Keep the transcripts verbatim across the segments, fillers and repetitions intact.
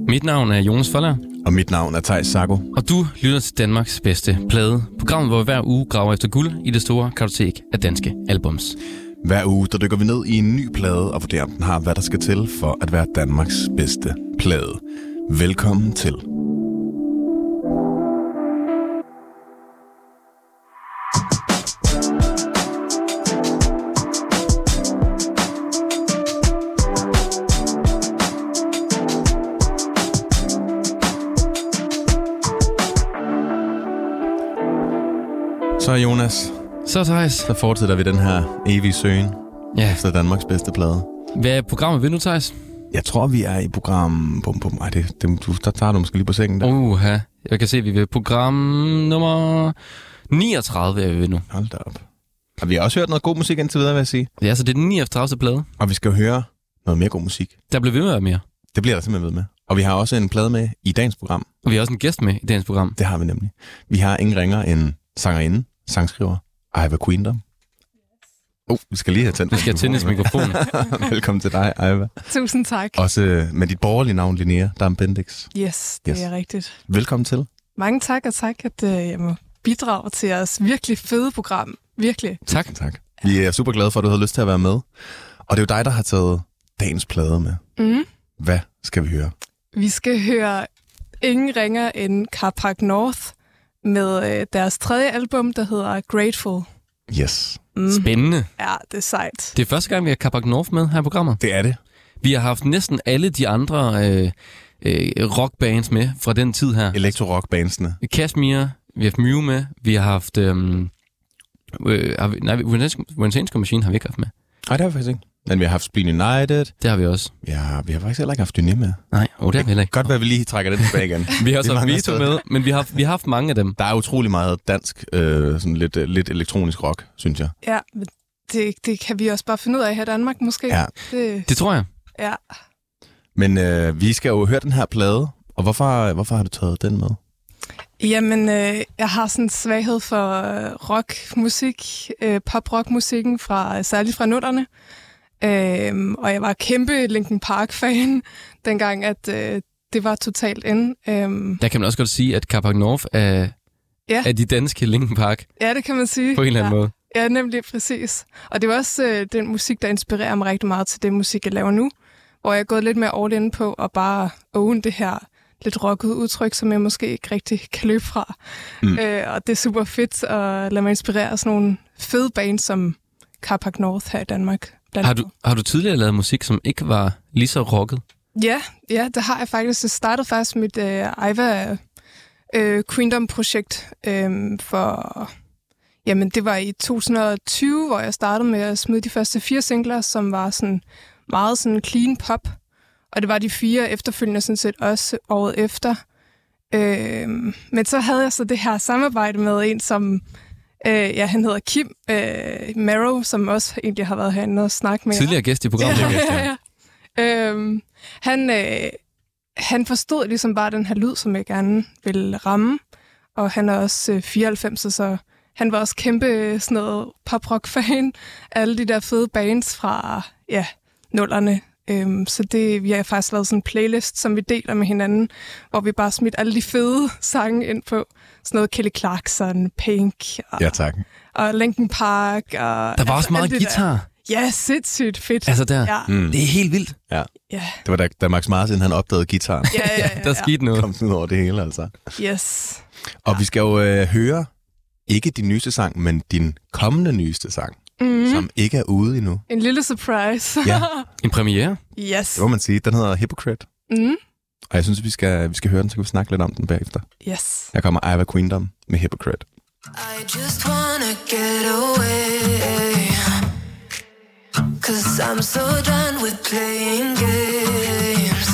Mit navn er Jonas Folder. Og mit navn er Theis Sago. Og du lytter til Danmarks bedste plade. Programmet, hvor vi hver uge graver efter guld i det store kartotek af danske albums. Hver uge, der dykker vi ned i en ny plade og vurderer, om den har, hvad der skal til for at være Danmarks bedste plade. Velkommen til. Så Jonas, så Theis, så fortsætter vi den her evige søgen ja. efter Danmarks bedste plade. Hvad er programmet ved nu, Theis? Jeg tror, vi er i program... Bum, bum. Ej, det, det, du, der tager du måske lige på sengen der. Uha, jeg kan se, at vi er ved program nummer niogtredive er vi ved nu. Hold da op. Og vi har også hørt noget god musik indtil videre, vil jeg sige. Ja, så det er den niogtredivte plade. Og vi skal jo høre noget mere god musik. Der bliver ved med at være mere. Det bliver der simpelthen ved med. Og vi har også en plade med i dagens program. Og vi har også en gæst med i dagens program. Det har vi nemlig. Vi har ingen ringer end sangerinde, sangskriver, Aiva Queendom. Oh, vi skal lige have tændt. Vi skal have tændt mikrofonen. Velkommen til dig, Aiva. Tusind tak. Også med dit borgerlige navn, Linnea Dam-Bendix. Yes, det yes. er rigtigt. Velkommen til. Mange tak, og tak, at uh, jeg må bidrage til jeres virkelig fede program. Virkelig. Tak. tak. Vi er super glade for, at du havde lyst til at være med. Og det er jo dig, der har taget dagens plade med. Mm. Hvad skal vi høre? Vi skal høre ingen ringer end Carpark North med øh, deres tredje album, der hedder Grateful. Yes. Mm. Spændende. Ja, det er sejt. Det er første gang, vi har Carpark North med her i programmet. Det er det. Vi har haft næsten alle de andre øh, øh, rockbands med fra den tid her. Elektro-rockbandsene. Kashmir, vi har haft Mew med, vi har haft... Øh, øh, har vi, nej, Rensensko Machine har vi ikke haft med. Nej, det har vi faktisk ikke. Men vi har haft Spleen United. Det har vi også. Ja, vi har faktisk heller ikke haft Dyné med. Nej, oh, det har vi heller ikke. Godt være, at vi lige trækker den tilbage igen. Vi har også haft Vito med, men vi har, vi har haft mange af dem. Der er utrolig meget dansk, øh, sådan lidt, lidt elektronisk rock, synes jeg. Ja, men det, det kan vi også bare finde ud af her i Danmark, måske. Ja. Det, det tror jeg. Ja. Men øh, vi skal jo høre den her plade, og hvorfor, hvorfor har du taget den med? Jamen, øh, jeg har sådan en svaghed for øh, rockmusik, øh, pop-rock-musikken, fra, særligt fra nullerne. Øhm, og jeg var kæmpe Linkin Park-fan, dengang at øh, det var totalt ind. Øhm, Der kan man også godt sige, at Carpark North er, ja. er de danske Linkin Park. Ja, det kan man sige. På en eller anden ja. måde. Ja, nemlig præcis. Og det er også øh, den musik, der inspirerer mig rigtig meget til det musik, jeg laver nu. Hvor jeg er gået lidt mere all in på at bare own det her lidt rocket udtryk, som jeg måske ikke rigtig kan løbe fra. Mm. Øh, og det er super fedt at lade mig inspirere af sådan nogle fede bands som Carpark North her i Danmark. Har du, har du tidligere lavet musik, som ikke var lige så rocket? Ja, ja, det har jeg faktisk. Jeg startede faktisk mit øh, Aiva øh, Queendom-projekt øh, for... Jamen, det var i to tusind og tyve, hvor jeg startede med at smide de første fire singler, som var sådan meget sådan clean pop. Og det var de fire efterfølgende sådan set også året efter. Øh, men så havde jeg så det her samarbejde med en, som... Øh, ja, han hedder Kim øh, Marrow, som også egentlig har været herinde og snakket med. Tidligere gæst i programmet. Ja, ja, ja. Øhm, han, øh, han forstod ligesom bare den her lyd, som jeg gerne ville ramme. Og han er også øh, fireoghalvfems, så han var også kæmpe sådan noget pop-rock-fan. Alle de der fede bands fra ja, nullerne. Øhm, så det, vi har faktisk lavet sådan en playlist, som vi deler med hinanden, hvor vi bare smidt alle de fede sange ind på. Sådan noget Kelly Clarkson, Pink og, ja, tak. og Linkin Park. Og, der var altså, også meget guitar. Der. Ja, sindssygt fedt. Altså der. Ja. Mm. Det er helt vildt. Ja. ja. Det var da, da Max Martin, han opdagede guitaren. Ja, ja, ja, ja. Der skete noget. Kom sådan ud over det hele, altså. Yes. Og ja. vi skal jo øh, høre, ikke din nyeste sang, men din kommende nyeste sang, mm-hmm. som ikke er ude endnu. En lille surprise. Ja. En premiere. Yes. Det må man sige. Den hedder Hypocrite. Mm. Og jeg synes, vi skal, vi skal høre den, så kan vi snakke lidt om den bagefter. Yes. Her kommer Aiva Queendom med Hypocrite. I just wanna get away, 'cause I'm so done with playing games.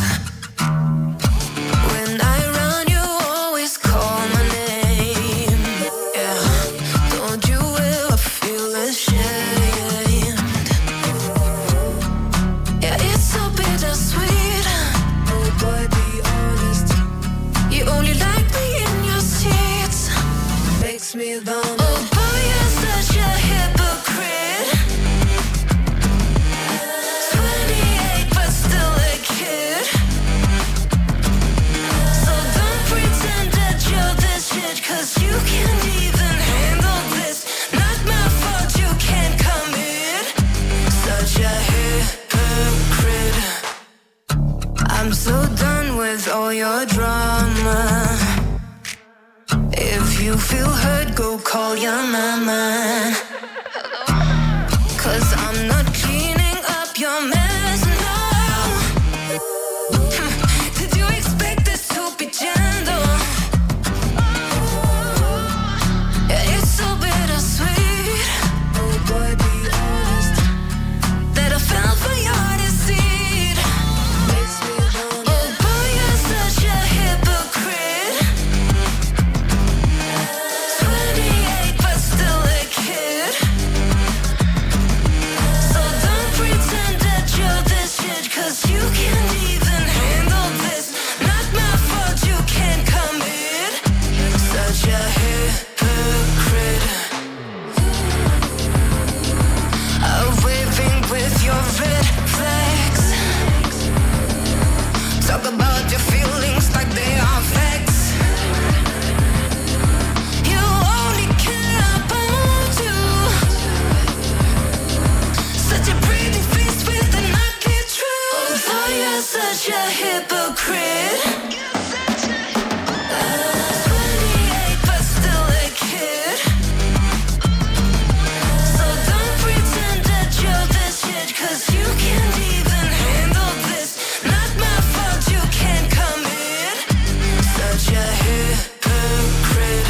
When I run, you always call my name. Yeah, don't you ever feel ashamed? Yeah, it's so bittersweet. Oh boy, be honest. You only like me in your seats. Makes me lonely. Oh boy, you're such a hypocrite. twenty-eight but still a kid. I'm so done with all your drama. If you feel hurt, go call your mama. Cause I'm not cleaning up your mess now. Did you expect this to be gentle? Yeah, it's so bittersweet. Oh boy, be honest, that I fell for your deceit. Makes me wonder. Oh boy, you're such a hypocrite. twenty-eight but still a kid. So don't pretend that you're this shit, cause you can't even handle this. Not my fault you can't commit. Such a hypocrite. I'm waving with your red flags. Talk about your feelings like they are facts. You only care about you. Such a pretty face with an ugly truth. Oh, you're such a hypocrite. twenty-eight but still a kid. So don't pretend that you're this shit, cause you can't even handle this. Not my fault you can't commit. Such a hypocrite.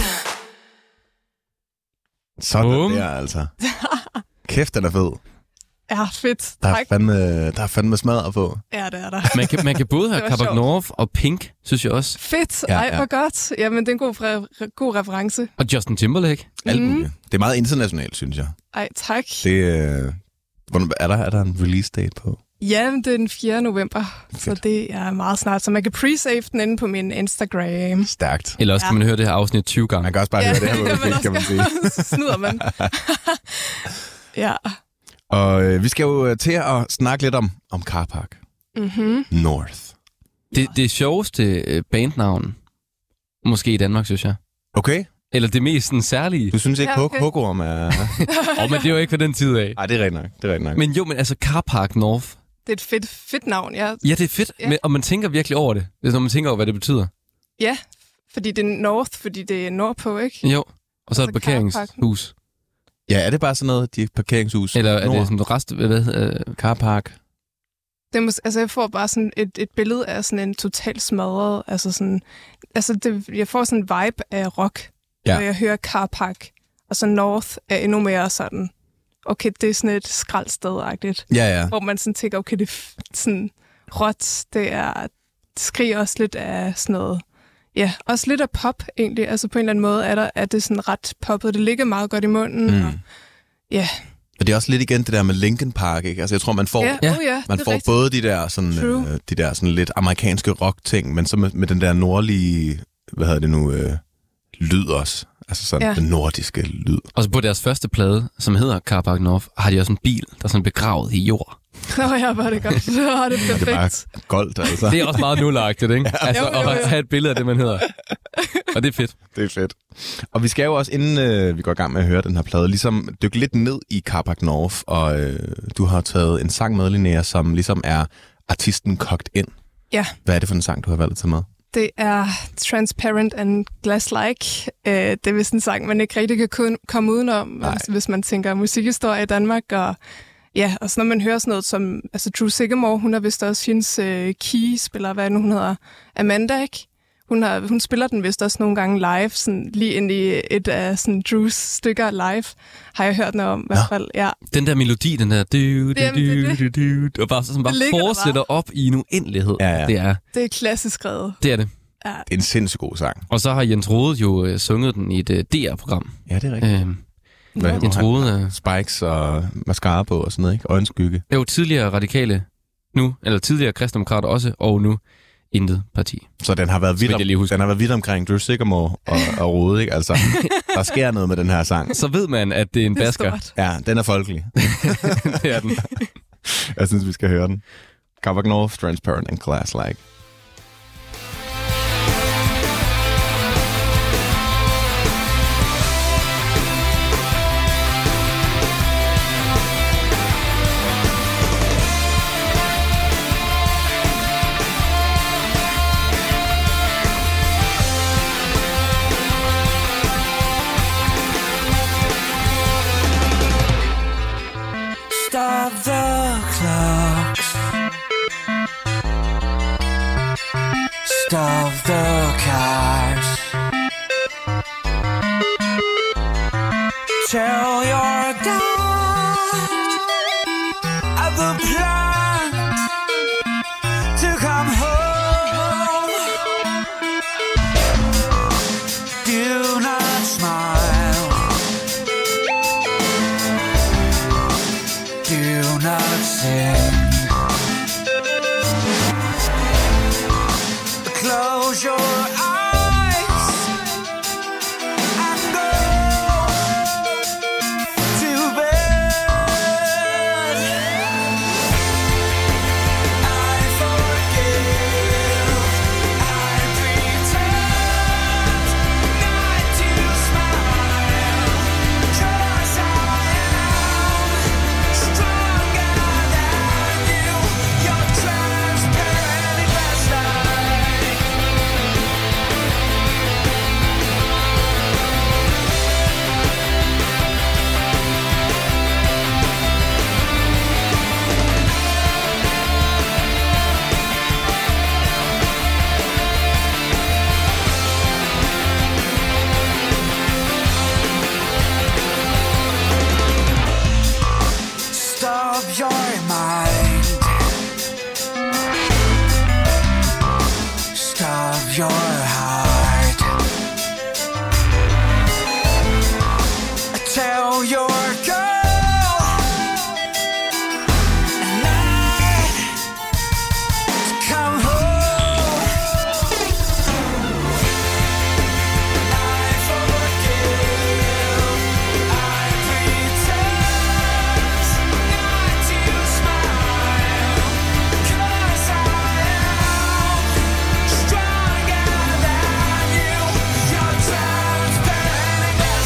Sådan Bum. der, altså. Kæft, den er fed. Ja, fedt. Der er Tak. fandme, der er fandme smadret på. Ja, det er der. Man kan, man kan både have Det var Kabak sjovt. North og Pink, synes jeg også. Fedt. Ja, Ej, ja. hvor godt. Jamen, det er en god, re- god reference. Og Justin Timberlake. Alt Mhm. muligt. Det er meget internationalt, synes jeg. Ej, tak. Det, øh, hvornår- er, der, er der en release date på? Ja, det er den fjerde november, så Fedt. det er meget snart. Så man kan pre-save den inde på min Instagram. Stærkt. Eller også Ja. kan man høre det her afsnit tyve gange. Man kan også bare høre det her, kan hvor man kan man sige. Så snyder man. Ja. Og øh, vi skal jo øh, til at snakke lidt om, om Carpark Mm-hmm. North. Det, det sjoveste øh, bandnavn, måske i Danmark, synes jeg. Okay? Eller det mest sådan, særlige. Du synes ikke, Ja, ja, okay. okay. Hugorm er... Åh, men det er jo ikke for den tid af. Nej, det er rigtigt nok. Det er rigtigt nok. Men jo, men altså Carpark North. Det er et fedt, fedt navn, ja. Ja, det er fedt, Ja. men, og man tænker virkelig over det. Når man tænker over, hvad det betyder. Ja, fordi det er North, fordi det er nordpå, ikke? Jo, og så er Altså det parkeringshus. Ja, er det bare sådan noget, de parkeringshus? Eller er Nord? det sådan rest... Hvad, øh, Carpark? Det er mås- altså, jeg får bare sådan et, et billede af sådan en total smadret, altså sådan, altså det, jeg får sådan en vibe af rock, Ja. når jeg hører Carpark, og så North er endnu mere sådan, okay, det er sådan et skraldsted-agtigt, Ja, ja. hvor man sådan tænker, okay, det er f- sådan råt, det er, det skriger også lidt af sådan noget, ja, også lidt af pop egentlig, altså på en eller anden måde er der, er det sådan ret poppet, det ligger meget godt i munden, Mm. og, ja, Og det er også lidt igen det der med Linkin Park, ikke? Altså, jeg tror, man får... ja, Ja. oh ja, Man det er får rigtigt. både de der, sådan, True. øh, de der sådan lidt amerikanske rock-ting, men så med, med den der nordlige, hvad hedder det nu, øh, lyd også. Altså sådan Ja. den nordiske lyd. og så på deres første plade, som hedder Carpark North, har de også en bil, der er sådan begravet i jord. Nå ja, var det godt, så er det Det er bare perfekt. goldt, altså. Det er også meget nulagtigt, ikke? Altså Jo, jo, jo. at have et billede af det, man hedder. Og det er fedt. Det er fedt. Og vi skal jo også, inden øh, vi går i gang med at høre den her plade, ligesom dykke lidt ned i Carpark North, og øh, du har taget en sang med, Linnea, som ligesom er artisten kogt ind. Ja. Hvad er det for en sang, du har valgt at tage med? Det er Transparent and Glass-like. Øh, det er vist en sang, man ikke rigtig kan kun komme udenom, Nej. hvis, hvis man tænker musikhistorie i Danmark. Og ja, og så når man hører sådan noget som... Altså, Drew Sigamore, hun har vist også hendes øh, key-spiller, hvad er det nu, hun hedder? Amanda, ikke? Hun, har, hun spiller den vist også nogle gange live, sådan lige ind i et af sådan Drews stykker live, har jeg hørt noget om i hvert fald. Ja. Den der melodi, den der... Du, du, Jamen, det er du, du, du, og bare, sådan bare Det ligger der fortsætter op i en uendelighed. Ja, ja. Det, er, Det er klassisk skrevet. det er det. Ja. Det er en sindssygt god sang. Og så har Jens Rode jo øh, sunget den i et øh, D R-program. Ja, det er rigtigt. Øh, Hvad, hvor Jens han- Rode... Øh, Spikes og mascara på og sådan noget, ikke? Øjenskygge. er jo tidligere radikale nu, eller tidligere kristendemokrater også, og nu intet parti. Så den har været vidt, vidt jeg lige om, husker. den har været vidt omkring Drew Sigamore og, og Rode, ikke? Altså, der sker noget med den her sang. Så ved man, at det er en Det er basker. stort. Ja, den er folkelig. Det er den. Jeg synes, vi skal høre den. Carpark North, Transparent and Glass-like. Transparent of the cars. Tell your dad at the plant to come home. Do not smile. Do not sing. Close your eyes and go to bed. I forgive, I pretend not to smile, 'cause I am stronger than you. You're transparent glass like. Stop your mind. Stop your heart. Tell your girl and I to come home. I forgive, I pretend not to smile, 'cause I am stronger than you. You're transparent glass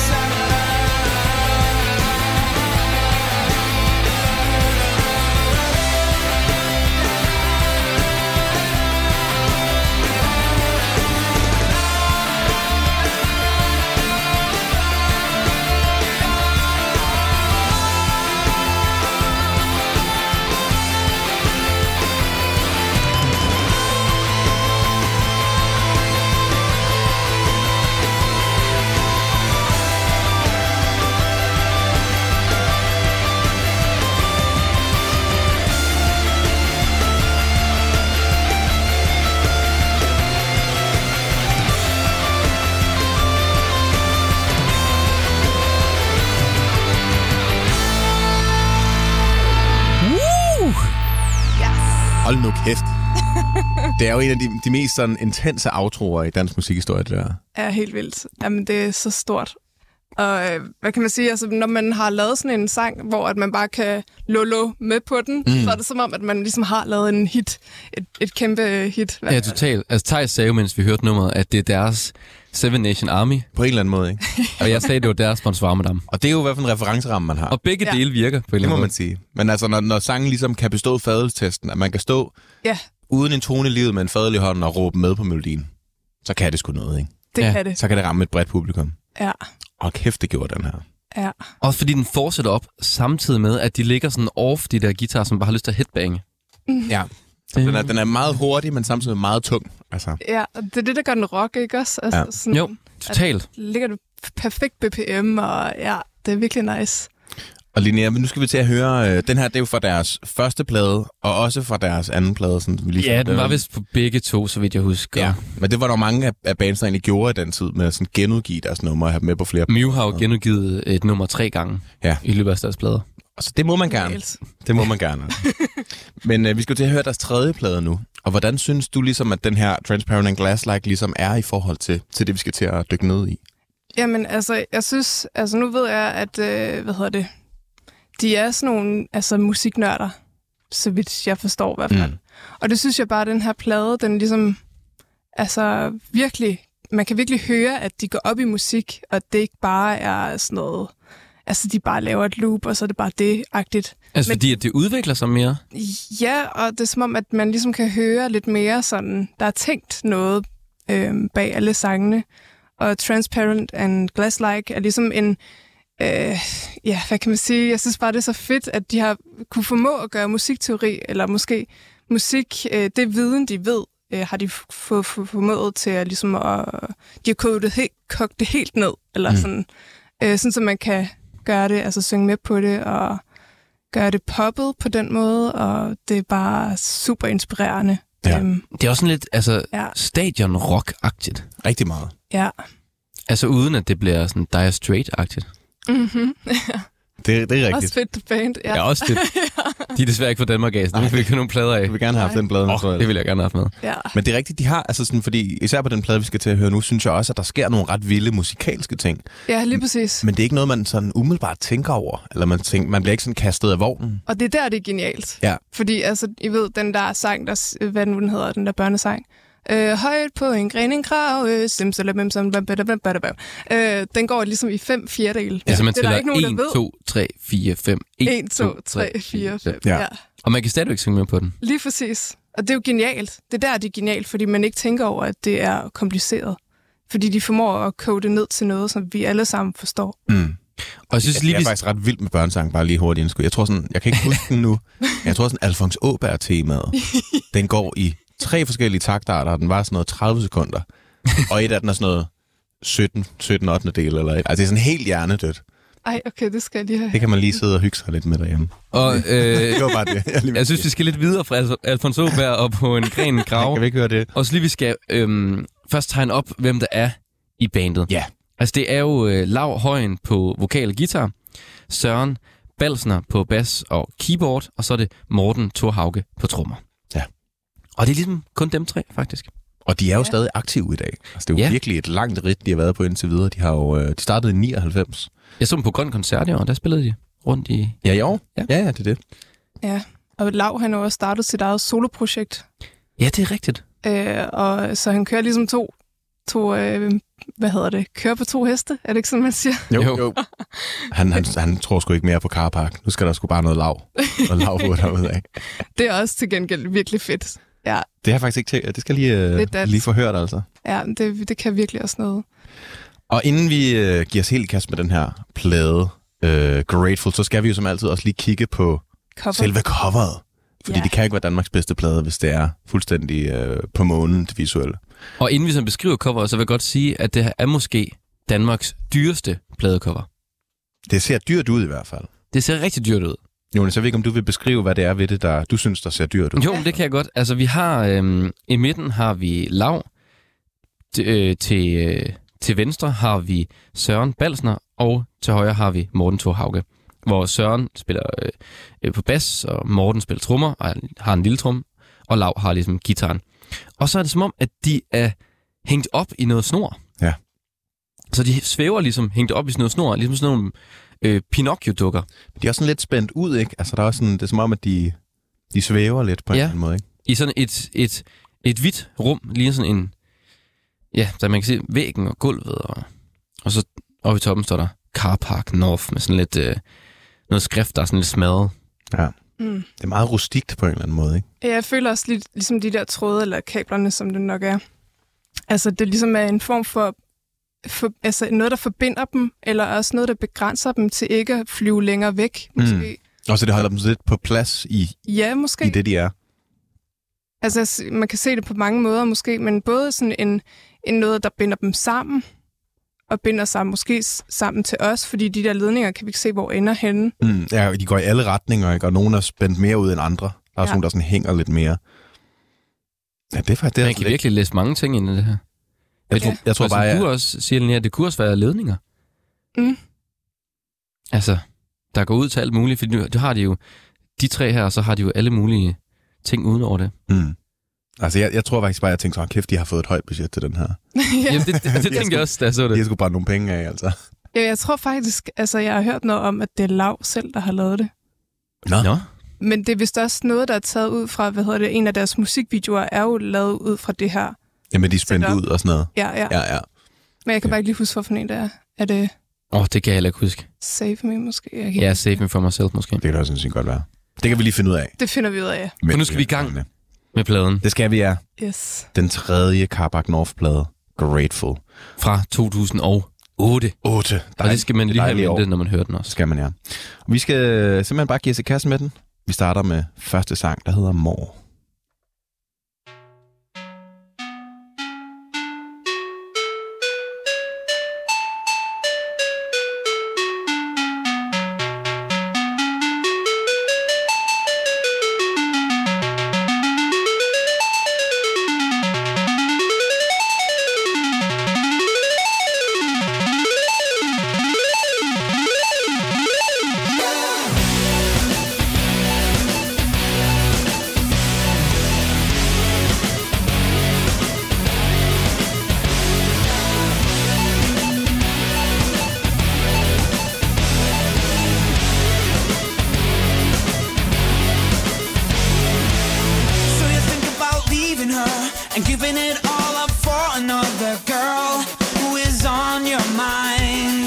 Hold nu kæft. Det er jo en af de, de mest sådan intense outroer i dansk musikhistorie, det der. er helt vildt. Jamen, det er så stort. Og øh, hvad kan man sige? Altså, når man har lavet sådan en sang, hvor at man bare kan lolo med på den, mm. så er det som om, at man ligesom har lavet en hit. Et, et kæmpe hit. Ja, totalt. Altså, Theis sagde jo, mens vi hørte nummeret, at det er deres Seven Nation Army. På en eller anden måde, ikke? Og jeg sagde, det var deres Svampedam. Og det er jo i hvert fald en referenceramme, man har. Og begge Ja. dele virker på en Det eller må anden man måde. sige. Men altså, når, når sangen ligesom kan bestå fadelstesten, at man kan stå Ja, uden en tone i livet med en fadel i hånden og råbe med på melodien, så kan det sgu noget, ikke? det Ja. kan det. Så kan det ramme et bredt publikum. Ja, Og kæft, det gjorde den her. ja. Også fordi den fortsætter op, samtidig med, at de ligger sådan off, de der guitar, som bare har lyst til at headbange. Ja. Så den er, den er meget hurtig, men samtidig meget tung. Altså, Ja, og det er det, der gør den rock, ikke også? Altså, Ja. sådan, Jo, totalt. ligger det perfekt B P M, og ja, det er virkelig nice. og Linnea, nu skal vi til at høre, øh, den her, det er jo fra deres første plade, og også fra deres anden plade. Sådan, vi lige Ja, får- den var vist på begge to, så vidt jeg husker. Ja, men det var der mange af, af bands, der egentlig gjorde i den tid, med at sådan genudgive deres numre og have dem med på flere. Mew har jo genudgivet et nummer tre gange Ja. i løbet af deres plader. Altså, det må man gerne. Galt. Det må man gerne. Men øh, vi skal jo til at høre deres tredje plade nu. Og hvordan synes du ligesom, at den her Transparent and Glass-like ligesom er i forhold til, til det, vi skal til at dykke ned i? Jamen, altså, jeg synes, altså nu ved jeg, at, øh, hvad hedder det, de er sådan nogle, altså musiknørder, så vidt jeg forstår i hvert fald. Mm. Og det synes jeg bare, at den her plade, den ligesom, altså virkelig, man kan virkelig høre, at de går op i musik, og det ikke bare er sådan noget, altså de bare laver et loop, og så er det bare det-agtigt. Altså Men- fordi, at det udvikler sig mere. Ja, og det er som om, at man ligesom kan høre lidt mere sådan, der er tænkt noget øh, bag alle sangene. Og Transparent and Glass-like er ligesom en, øh, ja, hvad kan man sige? Jeg synes bare, det er så fedt, at de har kunne formå at gøre musikteori, eller måske musik, øh, det viden, de ved, øh, har de fået formået til at ligesom at... De har kogt det helt, kogt det helt ned, eller mm. sådan, øh, sådan, så man kan gøre det, altså synge med på det, og gøre det poppet på den måde, og det er bare super inspirerende. Ja. Øhm, Det er også sådan lidt altså, Ja. stadion-rock-agtigt. Rigtig meget. ja. Altså uden at det bliver sådan Dire Straits-agtigt. Mm-hmm. Det, det er Også rigtigt. fedt band, ja. Ja, også det. De er desværre ikke fra Danmark af, så det vil vi ikke have nogen plader af. Jeg vil gerne have haft den plade, Oh, tror jeg. det vil jeg gerne have haft med. ja. Men det er rigtigt, de har, altså sådan, fordi især på den plade, vi skal til at høre nu, synes jeg også, at der sker nogle ret vilde musikalske ting. Ja, lige præcis. Men det er ikke noget, man sådan umiddelbart tænker over. Eller man, tænker, man bliver ikke sådan kastet af vognen. Og det er der, det er genialt. Ja. Fordi, altså, I ved, den der sang, der, s- hvad nu den hedder, den der børnesang. Øh, højt på en gren, en krav, øh, simsalabim, som, øh, den går ligesom i fem fjerdedele. Altså man det er der ikke nogen, der tæller ved. en, to, tre, fire, fem. en, to, tre, fire, fem. Ja. Ja. Og man kan stadigvæk synge med på den. Lige præcis. Og det er jo genialt. Det er der, det er genialt, fordi man ikke tænker over, at det er kompliceret. Fordi de formår at kode det ned til noget, som vi alle sammen forstår. Mm. Og jeg synes Jeg, lige, jeg er vi... faktisk ret vild med børnesang, bare lige hurtigt indskud. Jeg tror sådan, jeg kan ikke huske den nu. Men jeg tror sådan, Alfons Åberg-temaet, den går i tre forskellige taktarter, og den var sådan noget tredive sekunder. Og et af den er sådan noget sytten, sytten ottende del eller et. Altså det er sådan helt hjernedødt. Ej, okay, det skal jeg lige have. Det kan man lige sidde og hygge sig lidt med derhjemme. Og, øh, Det var bare det. Jeg, lige jeg synes, vi skal lidt videre fra Al- Alfons Åberg og på en gren grav. Kan vi ikke høre det? Og så lige vi skal øhm, først tegne op, hvem der er i bandet. Ja. Altså det er jo øh, Lav Højen på vokal og guitar, Søren Balsner på bas og keyboard, og så er det Morten Thorhauge på trommer. Ja. Og det er ligesom kun dem tre, faktisk. Og de er jo Ja. stadig aktive i dag. Altså, det er jo Ja. virkelig et langt ridt, de har været på indtil videre. De har jo øh, de startede i nioghalvfems. Jeg så dem på Grøn Koncert i år, og der spillede de rundt i... Ja, i år? Ja. Ja, ja, det er det. Ja, og Lav, han har også startet sit eget soloprojekt. Ja, det er rigtigt. Øh, og så han kører ligesom to, to øh, hvad hedder det, kører på to heste, er det ikke sådan, man siger? Jo, Jo. jo. Han, han, han tror sgu ikke mere på Carpark. Nu skal der sgu bare noget lav. Og lav på derude af. Det er også til gengæld virkelig fedt. Ja, Det har jeg faktisk ikke til. Det skal jeg lige, øh, Lidt dansk. lige få hørt, altså. ja det, det kan virkelig også noget. Og inden vi øh, giver os helt i kast med den her plade, øh, Grateful, så skal vi jo som altid også lige kigge på Cover. selve coveret. Fordi Ja. det kan ikke være Danmarks bedste plade, hvis det er fuldstændig øh, på månen, det visuelle. Og inden vi så beskriver coveret, så vil jeg godt sige, at det her er måske Danmarks dyreste pladecover. Det ser dyrt ud i hvert fald. Det ser rigtig dyrt ud. Jonas, jeg ved ikke, om du vil beskrive, hvad det er ved det, der du synes, der ser dyrt ud. Jo, men det kan jeg godt. Altså, vi har... Øhm, i midten har vi Lav. D- øh, til, øh, til venstre har vi Søren Balsner. Og til højre har vi Morten Thorhauge. Hvor Søren spiller øh, øh, på bas, og Morten spiller trommer, og har en lille trum. Og Lav har ligesom gitaren. Og så er det som om, at de er hængt op i noget snor. Ja. Så de svæver ligesom hængt op i sådan noget snor. Ligesom sådan nogle øh, Pinocchio-dukker. De er også sådan lidt spændt ud, ikke? Altså, der er også sådan, det er som om, at de, de svæver lidt på en Ja. eller anden måde, ikke? I sådan et, et, et hvidt rum, lige sådan en, ja, der man kan se væggen og gulvet, og, og så oppe i toppen står der Carpark North med sådan lidt, øh, noget skrift, der er sådan lidt smadret. Ja. Mm. Det er meget rustikt på en eller anden måde, ikke? Ja, jeg føler også lidt ligesom de der tråde eller kablerne, som det nok er. Altså, det ligesom er en form for, for altså noget, der forbinder dem, eller også noget, der begrænser dem til ikke at flyve længere væk, måske. Og så det holder dem lidt på plads i, Ja, måske. i det, de er. Altså, man kan se det på mange måder måske, men både sådan en, en noget, der binder dem sammen, og binder sig måske s- sammen til os, fordi de der ledninger kan vi ikke se, hvor ender henne. Mm, ja, de går i alle retninger, ikke? Og nogen er spændt mere ud end andre. Der er også Ja. nogen, der sådan hænger lidt mere. Ja, det er faktisk det. er Man altså kan lidt- virkelig læse mange ting ind i det her. Jeg tror, jeg tror Og som bare, du jeg, også siger, Linnea, det kunne også være ledninger. Mm. Altså, der går ud til alt muligt, for du, du har de jo, de tre her, og så har de jo alle mulige ting uden over det. mm. Altså, jeg, jeg tror faktisk bare, jeg tænkte så, kæft, de har fået et højt budget til den her. ja. Jamen, det, det, det tænkte jeg også, da jeg så De det. har sgu bare nogle penge af, altså. ja, jeg tror faktisk, altså jeg har hørt noget om, at det er Lav selv, der har lavet det. Nå. Nå, Men det er vist også noget, der er taget ud fra, hvad hedder det, en af deres musikvideoer er jo lavet ud fra det her. Jamen, de er spændt Setup. ud og sådan noget. Ja, ja. Ja, ja. Men jeg kan bare ikke lige huske, hvorfor en der er. Er det åh, det kan jeg heller ikke huske. Save Me måske? Jeg kan Ja, ikke- Save Me For Myself måske. Det kan da også sådan set godt være. Det kan vi lige finde ud af. Det finder vi ud af. For nu skal vi i gang med pladen Det skal vi, ja. Yes. Den tredje Carpark North-plade, Grateful. fra to tusind og otte. otte. Og det skal man lige have dejlige år. ventet, når man hører den Det også. skal man, ja. Og vi skal simpelthen bare give os i kassen med den. Vi starter med første sang, der hedder More. giving it all up for another girl who is on your mind.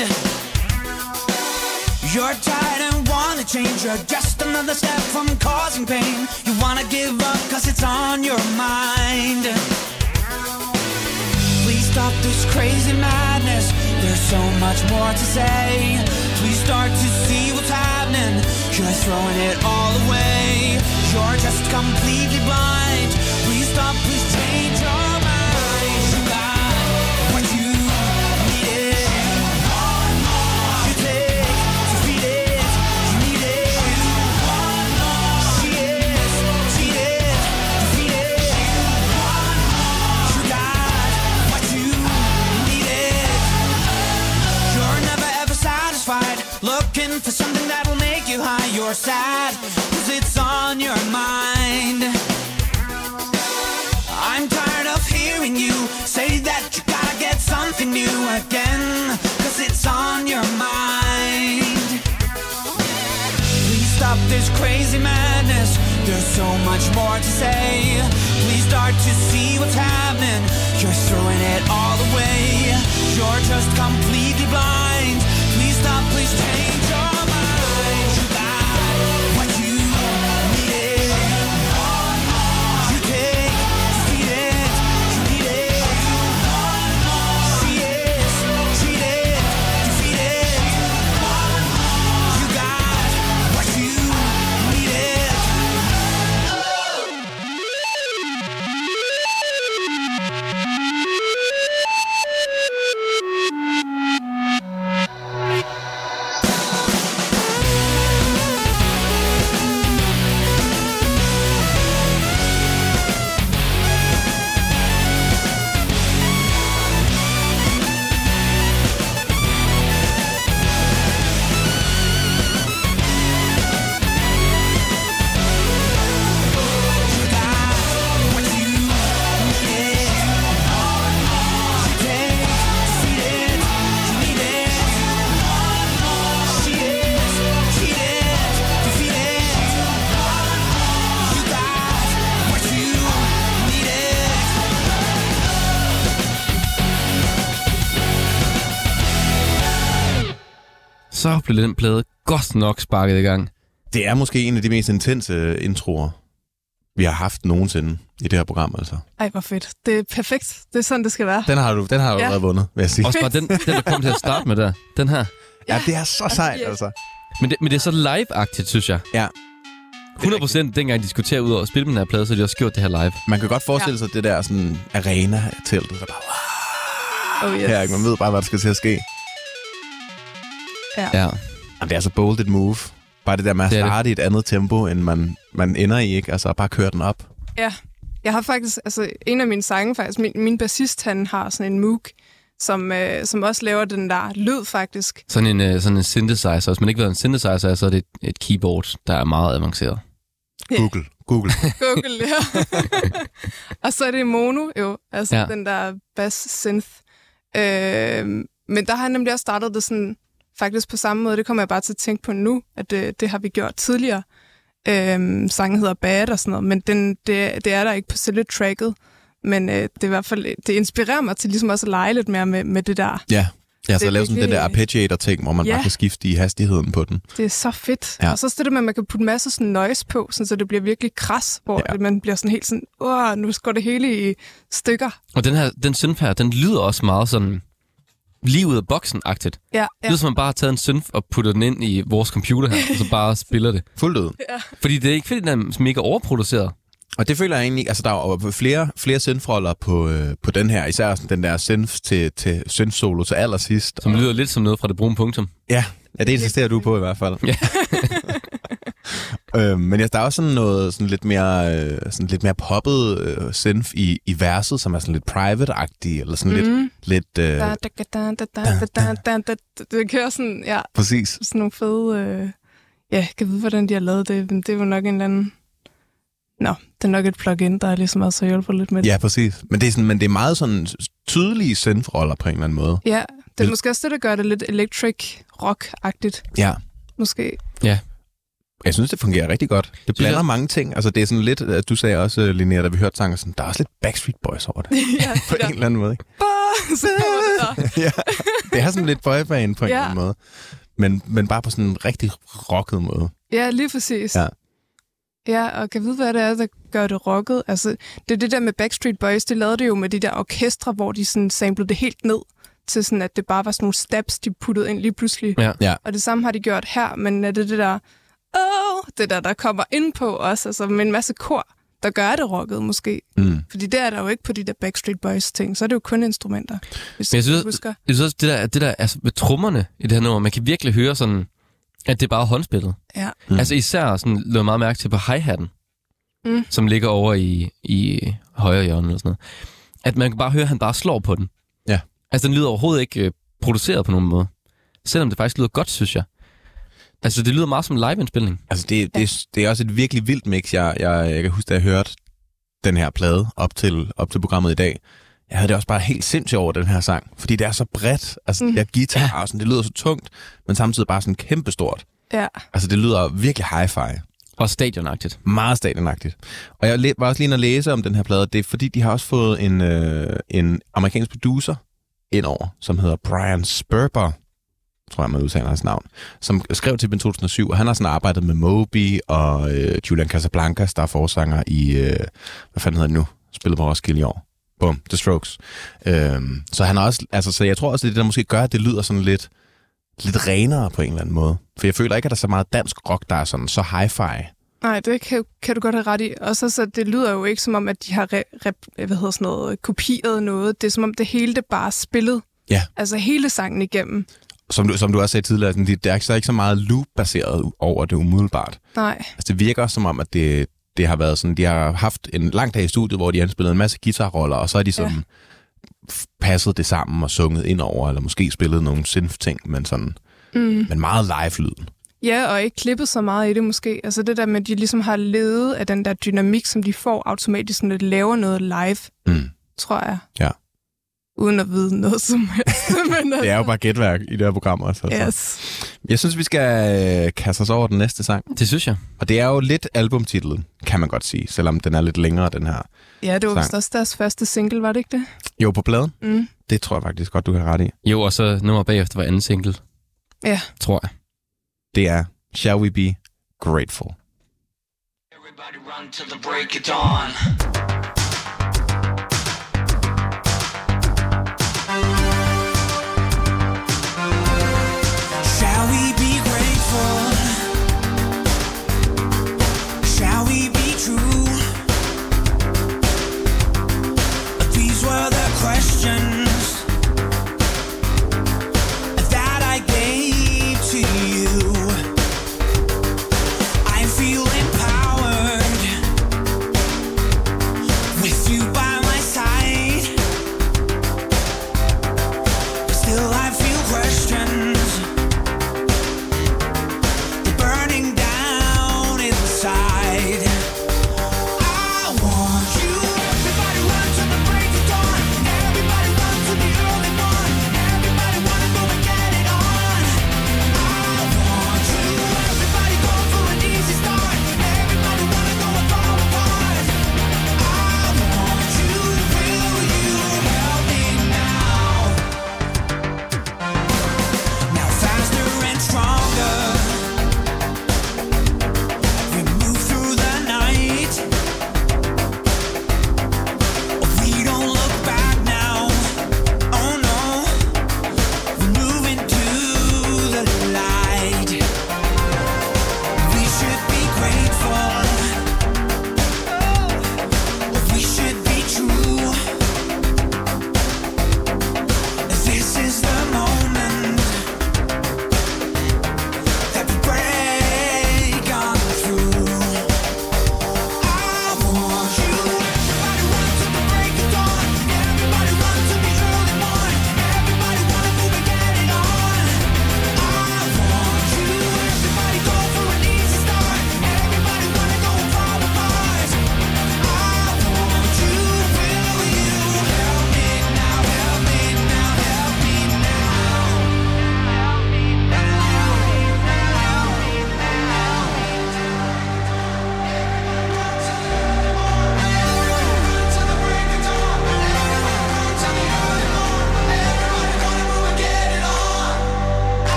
You're tired and wanna change, you're just another step from causing pain. You wanna give up cause it's on your mind. Please stop this crazy madness, there's so much more to say. Please start to see what's happening, you're throwing it all away. You're just completely blind. Please stop, please change your mind. You got what you needed. You take to feed it, you need it. She is cheated, defeated. You got what you needed. You're never ever satisfied, looking for something that'll make you high. You're sad, cause it's on your mind. I'm tired of hearing you say that you gotta get something new again, cause it's on your mind. Please stop this crazy madness, there's so much more to say. Please start to see what's happening, you're throwing it all away. You're just completely blind. Please stop, please change your mind. You got what you needed. You take to feed it, you need it. She is cheated, defeated. You got what you needed. Så blev den plade godt nok sparket i gang. Det er måske en af de mest intense introer, vi har haft nogensinde i det her program, altså. Ej, hvor fedt. Det er perfekt. Det er sådan, det skal være. Den har du, den har du Ja. allerede vundet, vil jeg sige. Også bare den, den der kom til at starte med der. Den her. Ja, det er så sejt, Ja. altså. Men det, men det er så live-agtigt, synes jeg. Ja. hundrede procent dengang de skulle til ud og spille med den her plade, så de også gjort det her live. Man kan godt forestille sig det der sådan arena-telt, der bare, Oh, yes. her, ikke? Man ved bare, hvad der skal til at ske. Ja. Ja. Jamen, det er så bold et move. Bare det der med at Det er det. starte i et andet tempo, end man, man ender i, ikke? Altså bare køre den op. Ja, jeg har faktisk, altså en af mine sange faktisk, min, min bassist, han har sådan en Moog, som, øh, som også laver den der lyd faktisk. Sådan en, øh, sådan en synthesizer. Hvis man ikke ved, hvad en synthesizer er, så er det et, et keyboard, der er meget avanceret. Ja. Google, Google. Google, ja. Og så er det mono jo, altså Ja. ja. den der bass synth. Øh, men der har han nemlig også startet det sådan, faktisk på samme måde, det kommer jeg bare til at tænke på nu, at det, det har vi gjort tidligere. Øh, sangen hedder Bad og sådan noget, men den, det, det er der ikke på selve tracket. Men øh, det er i hvert fald, det inspirerer mig til ligesom også at lege lidt mere med, med det der. Ja, ja så Det er lave sådan den virkelig- der arpeggiator-ting, hvor man Ja. bare kan skifte i hastigheden på den. Det er så fedt. Ja. Ja. Og så er det med, at man kan putte masser sådan noise på, sådan, så det bliver virkelig kras, hvor Ja. ja. man bliver sådan helt sådan, åh, nu går det hele i stykker. Og den her, den synth her, den lyder også meget sådan lige ud af boksen-agtigt. Ja, Det ja. lyder som man bare har taget en synth og puttet den ind i vores computer her, og så bare spiller det. Fuldt ud. Fordi det er ikke fordi, den er mega overproduceret. Og det føler jeg egentlig, altså der er jo flere, flere synthroller på, øh, på den her, især sådan den der synth til, til synth-solo til allersidst. Som lyder lidt som noget fra det brune punktum. Ja, ja, det insisterer du på i hvert fald. Ja. øhm, men ja, der er også sådan noget sådan lidt mere, øh, sådan lidt mere poppet øh, synth i, i verset, som er sådan lidt private-agtig, eller sådan Mhm. lidt, lidt øh, Da, da, da, da, da, da, da, da, da. Det kører sådan, ja, præcis. sådan nogle fede... Øh, ja, jeg kan vide, hvordan de har lavet det, men det er jo nok en eller anden... Nå, det er nok et plugin, der er ligesom også hjælper lidt med det. Ja, præcis. Men det er, sådan, men det er meget sådan tydelige synth-roller på en eller anden måde. Ja, det er Vil- måske også det, der gør det lidt electric rock-agtigt, Ja. måske. Ja. Jeg synes, det fungerer rigtig godt. Det blander jeg... mange ting. Altså, det er sådan lidt, at du sagde også, Linnea, da vi hørte sangen, sådan, der er også lidt Backstreet Boys over det. Ja, på en eller anden måde, ikke? Så kommer det der. Ja, det er sådan lidt boyband på en Ja. eller anden måde. Men, men bare på sådan en rigtig rocket måde. Ja, lige præcis. Ja. Ja, og kan vide, hvad det er, der gør det rocket. Altså, det er det der med Backstreet Boys, det lavede det jo med de der orkestre, hvor de sådan samplede det helt ned til sådan, at det bare var sådan nogle steps, de puttede ind lige pludselig. Ja. Ja. Og det samme har de gjort her, men er det det der, åh, det der, der kommer ind på os, altså med en masse kor, der gør det rocket måske. Mm. Fordi det er der jo ikke på de der Backstreet Boys ting, så er det jo kun instrumenter, hvis Men jeg synes, du husker. jeg synes også, det der, det der altså med trommerne i det her nummer, man kan virkelig høre sådan, at det er bare håndspillet. Ja. Mm. Altså især sådan, lød meget mærke til på hi-hatten, Mm. som ligger over i, i højre hjørne eller sådan noget. At man kan bare høre, at han bare slår på den. Ja. Altså den lyder overhovedet ikke øh, produceret på nogen måde. Selvom det faktisk lyder godt, synes jeg. Altså det lyder meget som en live-indspilning. Altså, det, det, det er også et virkelig vildt mix. Jeg, jeg, jeg kan huske, da jeg hørte den her plade op til, op til programmet i dag, jeg havde det også bare helt sindssygt over den her sang. Fordi det er så bredt. Altså, mm. det er guitar, og sådan, det lyder så tungt, men samtidig bare sådan kæmpestort. Ja. Altså, det lyder virkelig hi-fi. Og stadionagtigt. Meget stadionagtigt. Og jeg læ- var også lige inde at læse om den her plade. Det er fordi, de har også fået en, øh, en amerikansk producer indover, som hedder Brian Sperber, tror jeg, man udtaler hans navn, som skrev til dem i to tusind og syv, og han har sådan arbejdet med Moby og øh, Julian Casablancas, der er forsanger i, øh, hvad fanden hedder det nu? Spillet på Roskilde i år. Bum, The Strokes. Øhm, så han har også, altså, så jeg tror også, det er det, der måske gør, at det lyder sådan lidt, lidt renere på en eller anden måde. For jeg føler ikke, at der er så meget dansk rock, der er sådan så hi-fi. Nej, det kan, kan du godt have ret i. Og så, så det lyder jo ikke som om, at de har re, re, hvad hedder sådan noget, kopieret noget. Det er som om, det hele det bare er spillet. Ja. Altså hele sangen igennem. Som du, som du også sagde tidligere, sådan, det, det er ikke så, ikke så meget loop-baseret over det umiddelbart. Nej. Altså, det virker også som om, at det, det har været sådan, de har haft en lang dag i studiet, hvor de har indspillet en masse guitarroller, og så har de sådan ja. passet det sammen og sunget ind over, eller måske spillet nogle synth-ting, men sådan, mm. men meget live-lyden. Ja, og ikke klippet så meget i det måske. Altså det der med, at de ligesom har levet af den der dynamik, som de får automatisk, når de laver noget live, Mm. tror jeg. Ja. Uden at vide noget som helst. Men altså, Det er jo bare gætværk i det her program også. Altså. yes. Jeg synes, vi skal øh, kaste os over den næste sang. Det synes jeg. Og det er jo lidt albumtitlen, kan man godt sige, selvom den er lidt længere, den her. Ja, det var sang. vist også deres første single, var det ikke det? Jo, på pladen. Mm. Det tror jeg faktisk godt, du kan ret i. Jo, og så nummer bagefter var anden single, Ja. tror jeg. Det er Shall We Be Grateful. Everybody run till the break of dawn. Shall we be grateful? Shall we be true? These were the questions that I gave to you. I feel empowered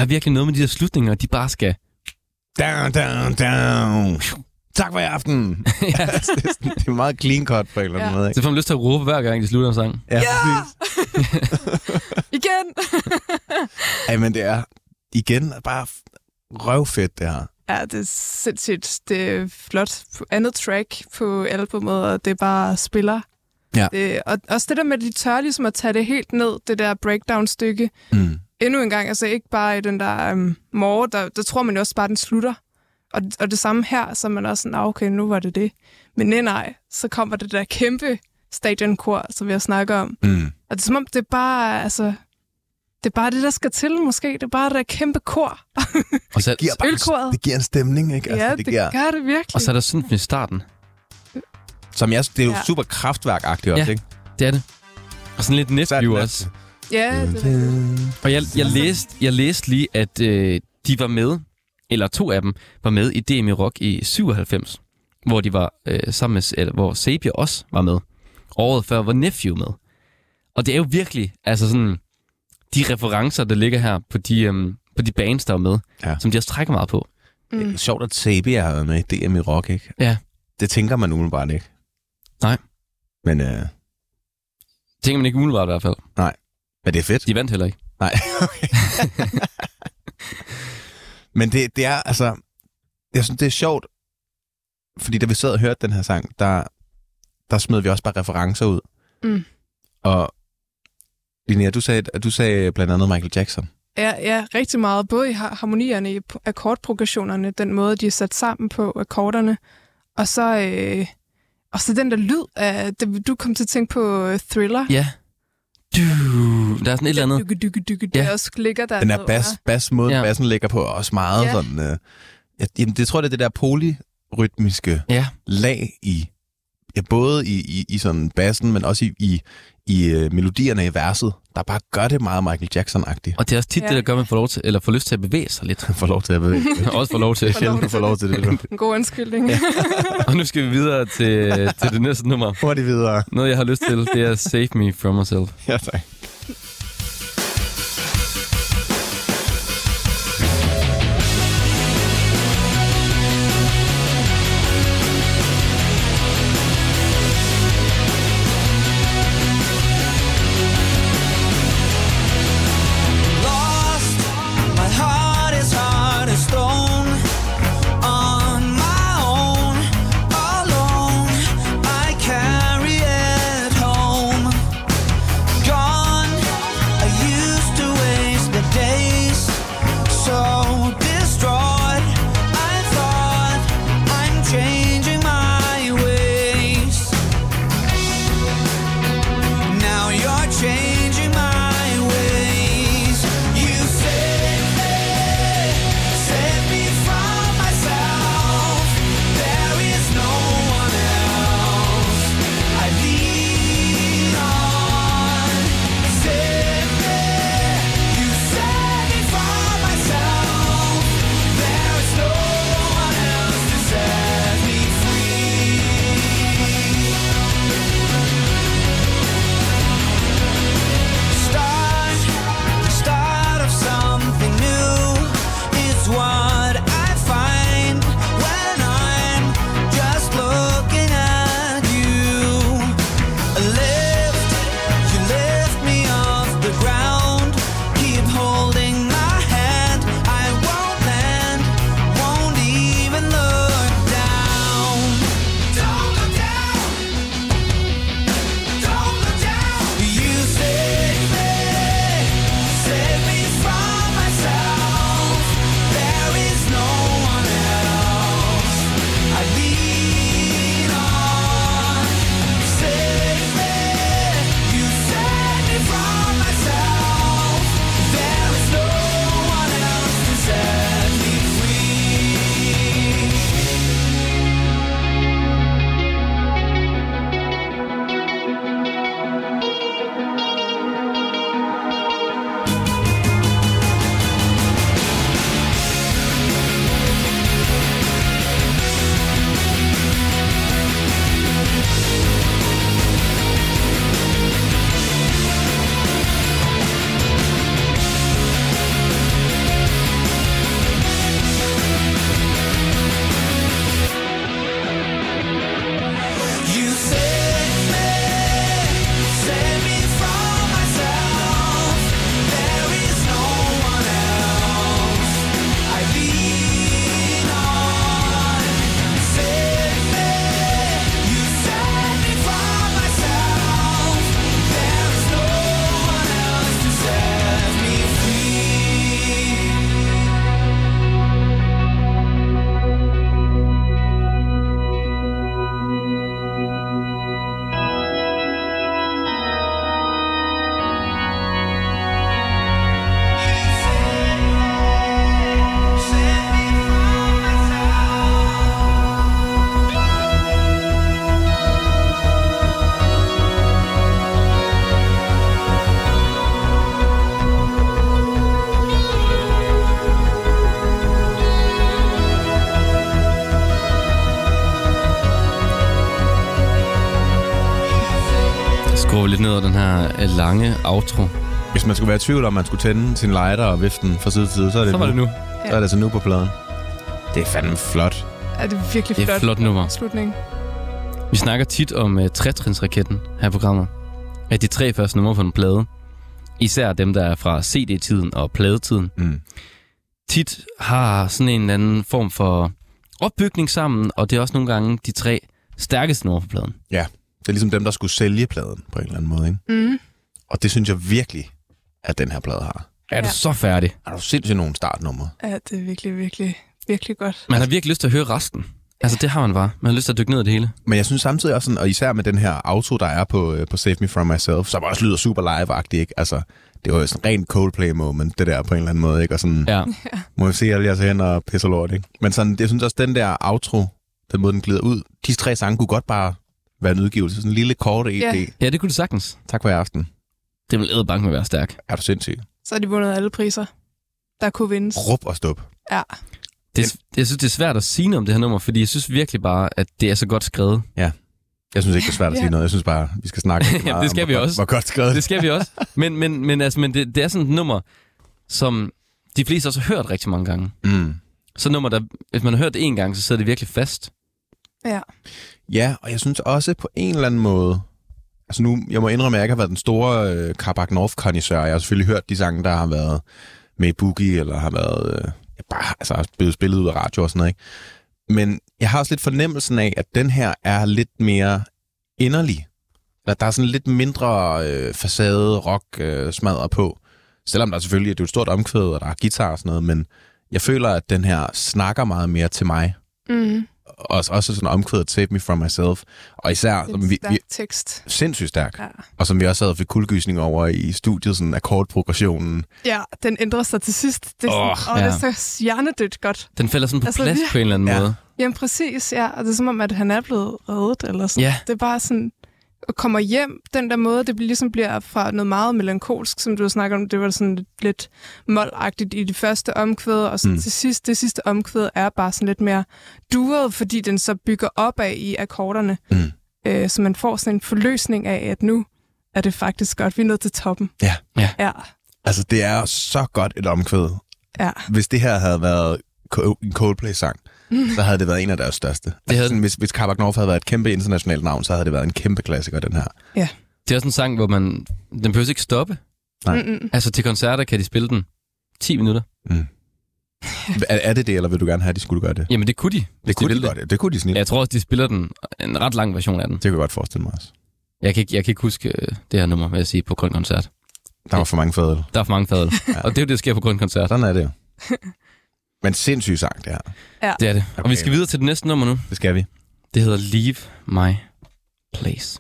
har virkelig noget med de der slutninger, de bare skal... Down, down, down. Tak for i aften. Ja. det, er sådan, det er meget clean cut på en eller anden Ja. måde. Ikke? Så får man lyst til at råbe hver gang, de slutter en sang. Ja, Ja! præcis. Igen! Ej, men det er igen bare røvfedt, det her. Ja, det er sindssygt. Det er flot. Andet track på albumet, og det er bare spiller. Ja. Det, og også det der med, at de tør ligesom at tage det helt ned, det der breakdown-stykke. Mm. Endnu en gang, altså ikke bare i den der um, morge, der, der tror man jo også bare, den slutter. Og, og det samme her, så er man også sådan, ah, okay, nu var det det. Men nej, nej, så kommer det der kæmpe stadionkor, som vi har snakket om. Mm. Og det er som om, det er bare, altså... Det er bare det, der skal til, måske. Det er bare det der kæmpe kor. Og så, Giver bare en, Ølkoret. det giver en stemning, ikke? Ja, Altså, det, giver, det gør det virkelig. og så er der sådan i starten. som jeg, det er jo Ja. super kraftværk-agtigt også, Ja. ikke? Det er det. Og sådan lidt Så er nephew det også. Ja, det er Og jeg, jeg, læste, jeg læste lige, at øh, de var med, eller to af dem, var med i D M I Rock i syvoghalvfems, hvor de var øh, sammen med, eller, hvor Sabia også var med. Året før var Nephew med. Og det er jo virkelig, altså sådan, de referencer, der ligger her på de, øhm, på de bands, der var med, Ja. som de også trækker meget på. Det er sjovt, at Sabia har været med i D M I Rock, ikke? Ja. Det tænker man umiddelbart ikke. Nej. Men, øh, Det tænker man ikke umiddelbart i hvert fald. men det er fedt. De vandt heller ikke. Nej, okay. Men det, det er, altså... Jeg synes, det er sjovt, fordi da vi sad og hørte den her sang, der, der smed vi også bare referencer ud. Mm. Og Linnea, du sagde, du sagde blandt andet Michael Jackson. Ja, ja, rigtig meget. Både i har- harmonierne, i p- akkordprogressionerne, den måde, de er sat sammen på akkorderne, og så, øh, og så den der lyd af... Det, du kom til at tænke på øh, Thriller. Ja. Du, der er sådan et eller andet. Dykke, dykke, dykke, det Ja. også ligger der. Den der bas, bas måde, Ja. ja. bassen ligger på, er også meget Ja. sådan... Øh, jeg, jamen, det tror jeg, det er det der polyrytmiske Ja. lag i... Ja, både i, i, i sådan bassen, men også i, i, i uh, melodierne i verset, der bare gør det meget Michael Jackson-agtigt. Og det er også tit Ja. det, der gør, at man får, lov til, eller får lyst til at bevæge sig lidt. Får lov til at bevæge. Også får lov til. Får lov Sjældent får lov til det. En god undskyldning. Ja. Og nu skal vi videre til, til det næste nummer. Hurtigt videre. Noget, jeg har lyst til, det er Save Me From Myself. Ja, tak. Lost, my heart is hard as stone. On my own, alone, I carry it home. Gone ned den her øh, lange outro. Hvis man skulle være i tvivl om, man skulle tænde sin lighter og vifte den fra side til side, så er det, Så var det nu. Så er det altså nu på pladen. Det er fandme flot. Ja, det er virkelig Det er flot. et flot nummer. Slutning. Vi snakker tit om uh, tretrinsraketten her i programmet. At de tre første numre på en plade, især dem, der er fra C D-tiden og pladetiden, Mm. tit har sådan en eller anden form for opbygning sammen, og det er også nogle gange de tre stærkeste numre på pladen. Ja, det er ligesom dem, der skulle sælge pladen på en eller anden måde, ikke? Mm. Og det synes jeg virkelig, at den her plade har. Er du Ja. så færdig? Er du sindssygt nogle startnumre? Ja, det er virkelig, virkelig, virkelig godt. Man har virkelig lyst til at høre resten. Altså, det har man bare. Man har lyst til at dykke ned i det hele. Men jeg synes samtidig også, sådan, og især med den her auto, der er på, øh, på Save Me From Myself, som også lyder super live-agtigt, ikke? Altså, det var jo sådan rent Coldplay-moment, det der på en eller anden måde, ikke? Og sådan, Ja. må vi se alle jeres hen og pisser lort, ikke? Men sådan, jeg synes også, den der outro, den måde, den glider ud, de tre sange kunne godt bare være en udgivelse. Sådan en lille kort E D. Ja. Ja, det kunne det sagtens. Tak for i aften. Det vil æde med at være stærk. Er du sindssyg? Så har de vundet alle priser, der kunne vindes. Rup og stup. Ja. Det, jeg synes, det er svært at sige noget om det her nummer, fordi jeg synes virkelig bare, at det er så godt skrevet. Jeg synes ikke, det er svært at sige Ja. noget. Jeg synes bare, vi skal snakke lidt Ja, meget det skal om, vi hvor, også. Hvor godt skrevet. Det skal vi også. Men, men, men, altså, men det, det er sådan et nummer, som de fleste også har hørt rigtig mange gange. Mm. Så et nummer, der, hvis man har hørt det en gang, så sidder det virkelig fast. Ja. Ja, og jeg synes også på en eller anden måde, altså nu, jeg må indrømme, at jeg ikke har været den store øh, Carbac North-kondisseur. Jeg har selvfølgelig hørt de sange, der har været med i Boogie, eller har været øh, bare altså, blevet spillet ud af radio og sådan noget, ikke? Men jeg har også lidt fornemmelsen af, at den her er lidt mere inderlig. At der er sådan lidt mindre øh, facade, rock, øh, smadret på. Selvom der selvfølgelig er det er et stort omkvæd, og der er guitar og sådan noget, men jeg føler, at den her snakker meget mere til mig. Mm. Og også sådan omkvædet Save Me From Myself. Og især, Det er som en vi, stærk vi tekst. sindssygt stærk. Ja. Og som vi også havde fået kuldegysning over i studiet, sådan akkordprogressionen. Ja, den ændrer sig til sidst. Det er, Åh, sådan, oh, ja. det er så hjernedødt godt. Den falder sådan på Altså, plads vir- på en eller anden Ja. måde. Jamen præcis, ja. Og det er som om, at han er blevet reddet, eller sådan. Ja. Det er bare sådan, og kommer hjem den der måde, det bliver, ligesom bliver fra noget meget melankolsk, som du snakker om, det var sådan lidt, lidt målagtigt i de første omkvæd, og så Mm. mm. til sidst, det sidste omkvæd er bare sådan lidt mere duret, fordi den så bygger op af i akkorderne. Mm. Øh, så man får sådan en forløsning af, at nu er det faktisk godt, vi er nået til toppen. Ja. Ja. Ja, Altså, det er så godt et omkvæd. ja. Hvis det her havde været Co- en Coldplay-sang, så havde det været en af deres største. Det havde altså, sådan, hvis, hvis Carbac North havde været et kæmpe internationalt navn, så havde det været en kæmpe klassiker, den her. Det er også en sang, hvor man... Den behøver ikke stoppe. Nej. Mm-mm. Altså til koncerter kan de spille den ti minutter. Mm. Er, er det det, eller vil du gerne have, at de skulle gøre det? Jamen det kunne de. hvis Det kunne de ville godt, det kunne de snit. Ja, jeg tror også, de spiller den en ret lang version af den. Det kan jeg godt forestille mig også. Jeg kan ikke, jeg kan ikke huske øh, det her nummer, vil jeg sige, på Grøn Koncert. Der var for mange fadøl. Der er for mange fadøl. Ja. Og det er jo det, der sker på Grøn Koncert. Sådan er det jo. Men sindssyg sang, det her. Det er det. Og Okay. vi skal videre til det næste nummer nu. Det skal vi. Det hedder Leave My Place.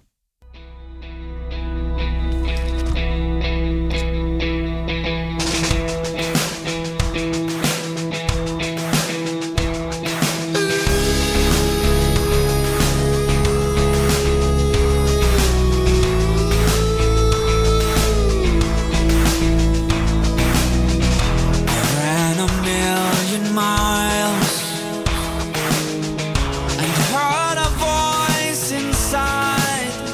Ran a million miles and heard a voice inside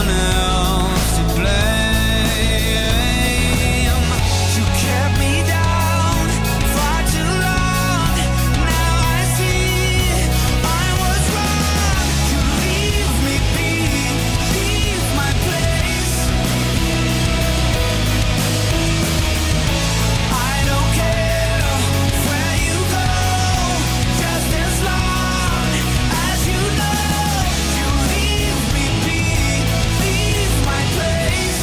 one else to blame. You kept me down far too long. Now I see I was wrong. You leave me be, leave my place. I don't care where you go, just as long as you know you leave me be, leave my place.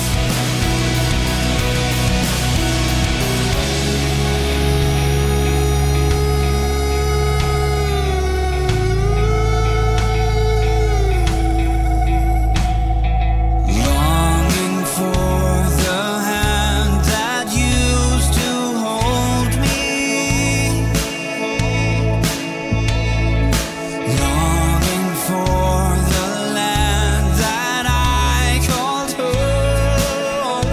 Longing for the hand that used to hold me. Longing for the land that I called home.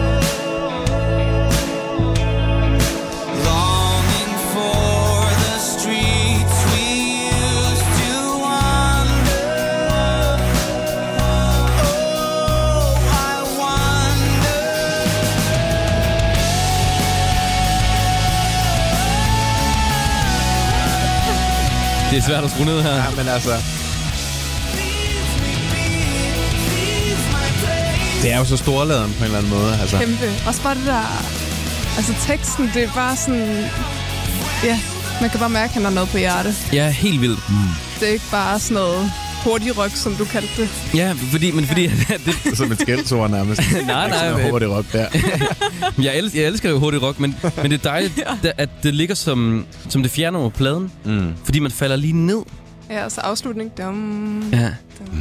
Longing for the streets we used to wander. Oh, I wonder. Det er svært at skrue ned her. Ja, men altså... Det er jo så storladen på en eller anden måde. Altså. Kæmpe. Også bare det der... Altså teksten, det er bare sådan... Ja, man kan bare mærke, at han har noget på hjertet. Ja, helt vildt. Det er ikke bare sådan noget hurtig rock, som du kaldte det. Ja, fordi, men fordi... det, Som et skældsord nærmest. nej, nej. Jeg håber, det rock der. jeg, elsker, jeg elsker jo hurtig rock, men, men det er dejligt, ja. at det ligger som, som det fjerde nummer på pladen. Mm. Fordi man falder lige ned. Ja, og så afslutning. Dum, Ja. dum.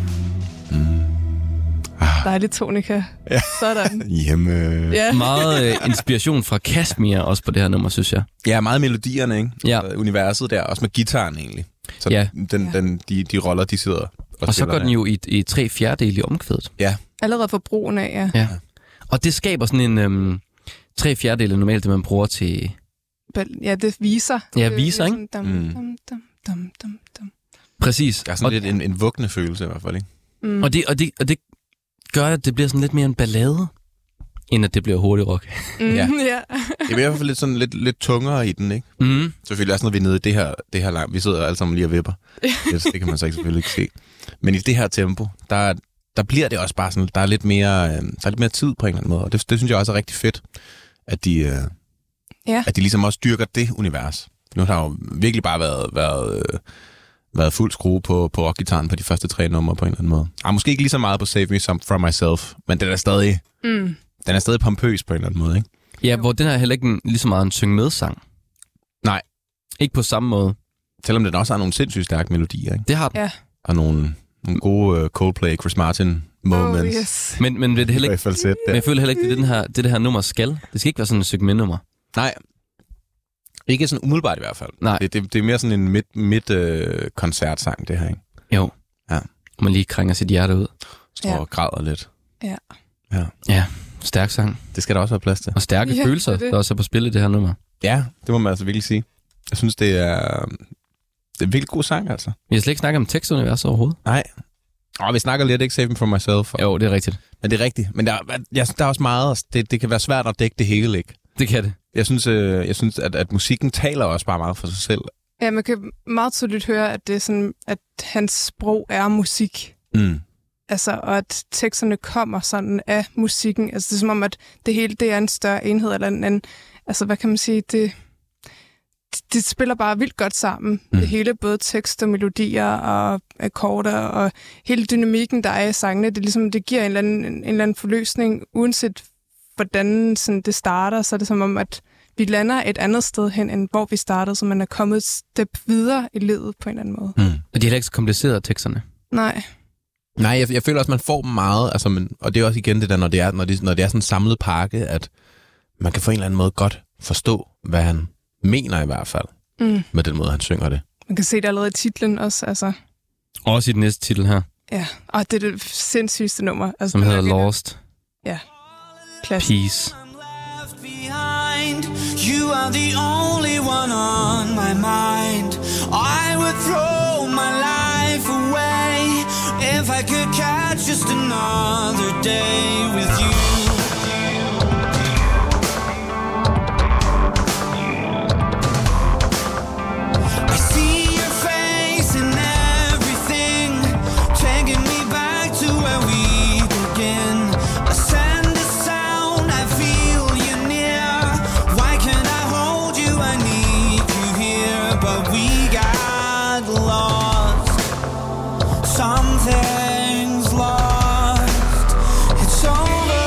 Dejlig tonika. Ja. Sådan. Hjemme. Ja. Meget øh, inspiration fra Kashmir også på det her nummer, synes jeg. Ja, meget melodierne, ikke? Ja. Altså, universet der, også med gitaren egentlig. Så Ja. den, den, de, de roller, de sidder og, Og så spiller går den der. jo i, i tre fjerdedele i omkvædet. Ja, Allerede fra broen af, ja. Ja. Og det skaber sådan en øhm, tre fjerdedele normalt, det man bruger til... Ja, det viser. Ja, Det er viser, ligesom ikke? Dum, Mm. dum, dum, dum, dum, dum. Præcis. der er sådan og, lidt en, en vuggende følelse i hvert fald, ikke? Mm. og, det, og, det, og det gør, at det bliver sådan lidt mere en ballade, end at det bliver hurtig rock. Mm, Ja. ja. Det er i hvert fald lidt, sådan, lidt, lidt tungere i den, ikke? Mm. Selvfølgelig også, når vi er nede i det her, det her langt. Vi sidder alle sammen lige og vipper. Det, det kan man så ikke selvfølgelig ikke se. Men i det her tempo, der, der bliver det også bare sådan, der er lidt mere, øh, der er lidt mere tid på en eller anden måde. Og det, det synes jeg også er rigtig fedt, at de, øh, Ja. at de ligesom også dyrker det univers. Nu har der jo virkelig bare været, været, øh, været fuld skrue på, på rockgitaren på de første tre numre på en eller anden måde. Ah, måske ikke lige så meget på Save Me Some From Myself, men den er stadig, Mm. den er stadig pompøs på en eller anden måde, ikke? Ja, hvor den her heller ikke en, lige så meget en syng med sang. Nej. Ikke på samme måde. Selvom den også har nogle sindssygt stærke melodier, ikke? Det har den. Ja. Og nogle, nogle gode uh, Coldplay, Chris Martin moments. Oh, yes. Men, men, det er heller I ikke, falset men der. jeg føler heller ikke, det er den her, det, det her nummer skal. Det skal ikke være sådan et stykke nummer. Nej. Ikke sådan umiddelbart i hvert fald. Nej. Det, det, det er mere sådan en midt, midt uh, koncertsang, det her, ikke? Jo. Ja. Man lige krænger sit hjerte ud. Står Ja. og græder lidt. Ja. Ja. Ja, stærk sang. Det skal der også være plads til. Og stærke Ja, følelser, det er det. der også er på spil i det her nummer. Ja, det må man altså virkelig sige. Jeg synes, det er, det er en virkelig god sang, altså. Vi har slet ikke snakket om tekstuniverset overhovedet. Nej. Og vi snakker lidt, ikke Save Me From Myself. Og, Jo, det er rigtigt. Men det er rigtigt. Men der, jeg, der er også meget, det, det kan være svært at dække det hele, ikke? Det kan det. Jeg synes, øh, jeg synes at, at musikken taler også bare meget for sig selv. Ja, man kan meget tydeligt høre, at det er sådan, at hans sprog er musik. Mm. Altså, og at teksterne kommer sådan af musikken. Altså, det er som om, at det hele det er en større enhed, eller en anden. Altså, hvad kan man sige? Det, det spiller bare vildt godt sammen. Mm. Det hele, både tekst og melodier og akkorder, og hele dynamikken, der er i sangene, det, er ligesom, det giver en eller anden, en eller anden forløsning, uanset hvordan sådan, det starter, så er det som om, at vi lander et andet sted hen, end hvor vi startede, så man er kommet et step videre i livet på en eller anden måde. Mm. Og de er heller ikke så komplicerede, teksterne. Nej. Nej, jeg, jeg føler også, man får meget, altså, men, og det er også igen det der, når det er, når det, når det er sådan en samlet pakke, at man kan på en eller anden måde godt forstå, hvad han mener i hvert fald, Mm. med den måde, han synger det. Man kan se det allerede i titlen også, altså. Også i den næste titel her, Ja, og det er det sindssygste nummer. Altså, som det er hedder virkelig- Lost Ja, klassisk. Peace. left behind. You are the only one on my mind. I would throw my life away if I could catch catch just another day with you. I see your face in everything, taking me back to where we begin. A send a sound, I feel you near. Why can't I hold you? I need you here, but we got lost. Something's lost. It's over.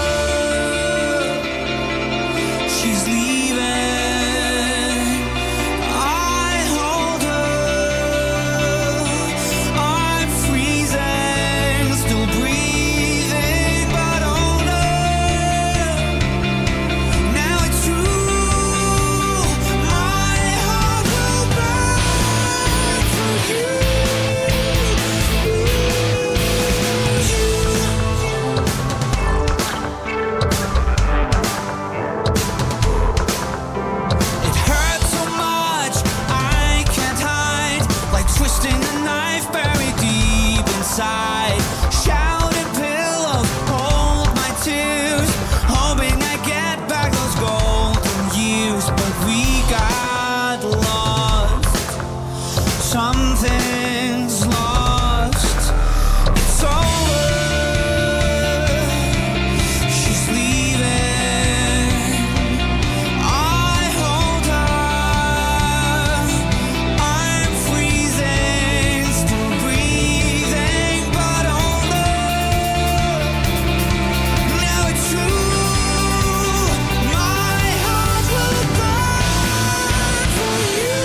She's leaving. I hold her. I'm freezing, still breathing, but older. Now it's true. My heart will burn for you. It hurts so much, I can't hide. Like twisting a knife buried deep inside. Shouted pillows, hold my tears, hoping I get back those golden years. But we got lost. Something's lost. It's over. She's leaving. I hold her. I'm freezing, still breathing, but older. Now it's true. My heart will burn for you.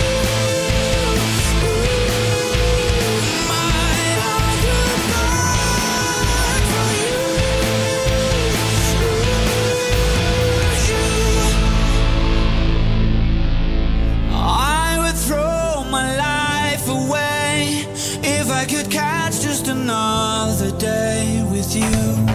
My heart will burn for you. I would throw my life away if I could catch just another day with you.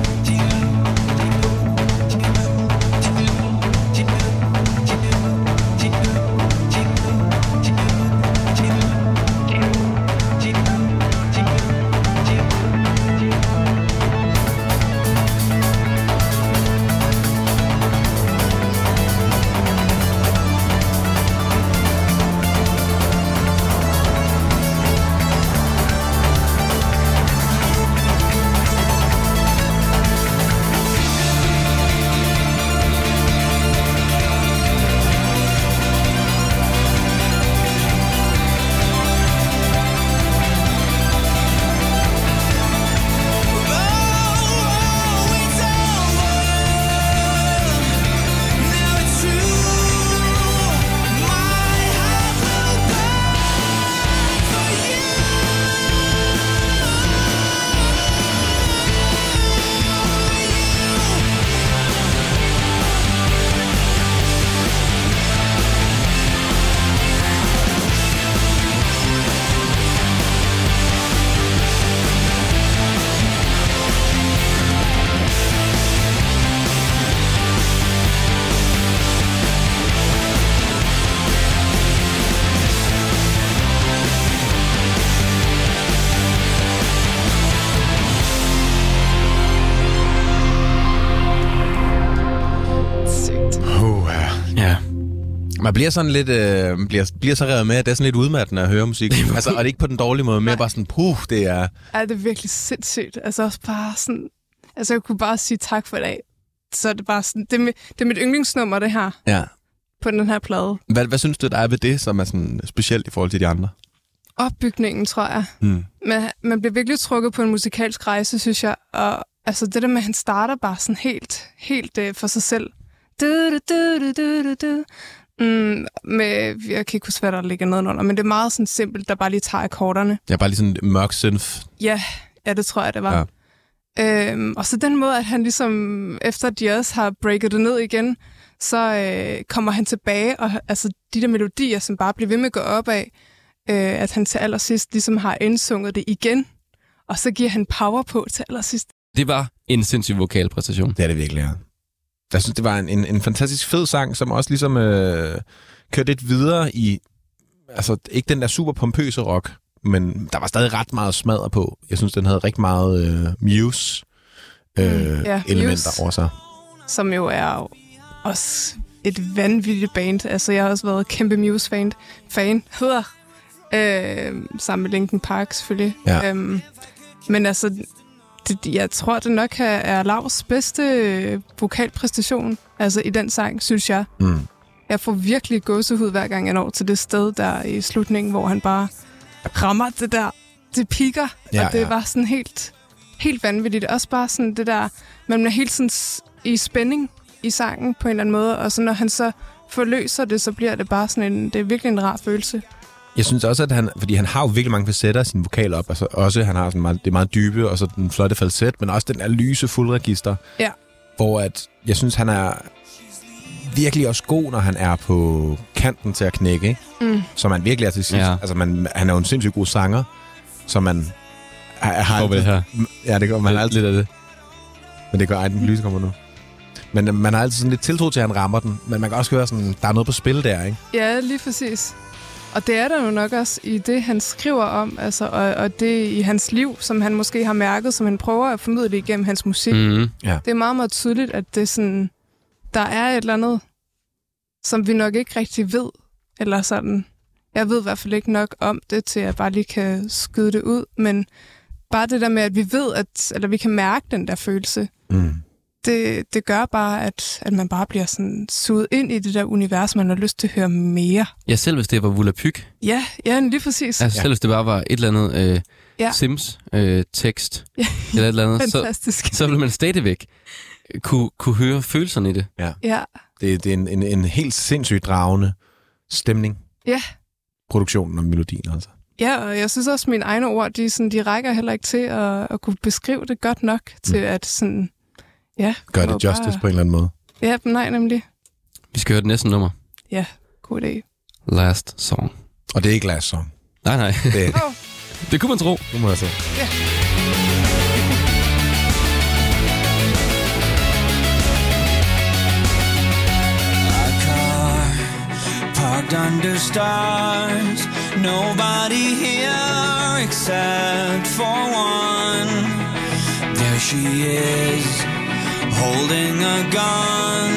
Sygt. Uh, Ja. man bliver sådan lidt, øh, bliver, bliver så revet med, at det er sådan lidt udmattende at høre musik. Altså, og det er ikke på den dårlige måde, mere bare sådan, puh, det er... Ja, det er virkelig sindssygt. Altså også bare sådan... Altså jeg kunne bare sige tak for i dag. Så er det bare sådan... Det er, mit, det er mit yndlingsnummer, det her, Ja. på den her plade. Hvad, hvad synes du, der er ved det, som er sådan specielt i forhold til de andre? Opbygningen, tror jeg. Mm. Man, man bliver virkelig trukket på en musikalsk rejse, synes jeg. Og altså det der med, at han starter bare sådan helt, helt øh, for sig selv. Du, du, du, du, du, du, du. Mm, med, jeg kan ikke huske, hvad der ligger nedenunder, men det er meget sådan simpelt, der bare lige tager akkorderne. Det er bare lige sådan en mørk synth. Ja, ja, det tror jeg, det var. Ja. Øhm, og så den måde, at han ligesom, efter de også har breaket det ned igen, så øh, kommer han tilbage, og altså de der melodier, som bare bliver ved med at gå op af, øh, at han til allersidst ligesom har indsunget det igen, og så giver han power på til allersidst. Det var en sindssyg vokalpræstation. Det er det virkelig, ja. Jeg synes, det var en, en, en fantastisk fed sang, som også ligesom øh, kørte lidt videre i, altså ikke den der super pompøse rock, men der var stadig ret meget smadret på. Jeg synes, den havde rigtig meget øh, Muse øh, Ja, elementer Muse. over sig. Som jo er jo også et vanvittigt band. Altså, jeg har også været kæmpe Muse-fan. Fan, hedder. Øh, sammen med Linkin Park, selvfølgelig. Ja. Øhm, men altså, det, jeg tror, det nok er, er Lavs bedste øh, vokalpræstation. Altså, i den sang, synes jeg. Mm. Jeg får virkelig gåsehud, hver gang jeg når til det sted der i slutningen, hvor han bare rammer det der. Det piker, Ja, og det ja. var sådan helt, helt vanvittigt. Også bare sådan det der, man er helt sådan s- i spænding i sangen på en eller anden måde, og så når han så forløser det, så bliver det bare sådan en, det er virkelig en rar følelse. Jeg synes også, at han, fordi han har jo virkelig mange facetter af sin vokal op. Altså også, han har sådan meget, det er meget dybe, og så den flotte falset, men også den der lyse fuldregister. Ja. Hvor at, jeg synes, han er virkelig også god, når han er på kanten til at knække, ikke? Mm. Så man virkelig er til sidst. Ja. Altså, man, han er jo en sindssygt god sanger, så man har, har Får vi det her? Ja, det gør man Lidt- altid. Lidt af det. Men det gør ej, den lyse kommer nu. Men øh, man har altid sådan lidt tiltro til, at han rammer den. Men man kan også høre sådan, der er noget på spil der, ikke? Ja, lige præcis. Og det er der jo nok også i det, han skriver om, altså, og, og det i hans liv, som han måske har mærket, som han prøver at formidle igennem hans musik. Mm. Det er meget, meget tydeligt, at det er sådan, der er et eller andet, som vi nok ikke rigtig ved, eller sådan. Jeg ved i hvert fald ikke nok om det, til at jeg bare lige kan skyde det ud, men bare det der med, at vi ved, at, eller vi kan mærke den der følelse, Mm. det, det gør bare, at, at man bare bliver sådan suget ind i det der univers, man har lyst til at høre mere. Ja, selv hvis det var Volapyk. Ja, ja, lige præcis. Altså Ja. selv hvis det bare var et eller andet øh, Ja. Sims-tekst, Ja. eller et eller andet, så, Fantastisk. så ville man stadigvæk kunne, kunne høre følelserne i det. Ja, Det, det er en, en, en helt sindssygt dragende stemning. ja. Produktionen og melodien, altså. Ja, og jeg synes også, at mine egne ord, de, sådan, de rækker heller ikke til at, at kunne beskrive det godt nok, til at sådan, ja. Gør må det justice bare- på en eller anden måde. Ja, nej, nemlig. Vi skal høre det næste nummer. Ja, god idé. Last Song. Og det er ikke last song. Nej, nej. Det, Åh, Det kunne man tro. nu må jeg se. A car parked under stars. Nobody here except for one. There she is, holding a gun,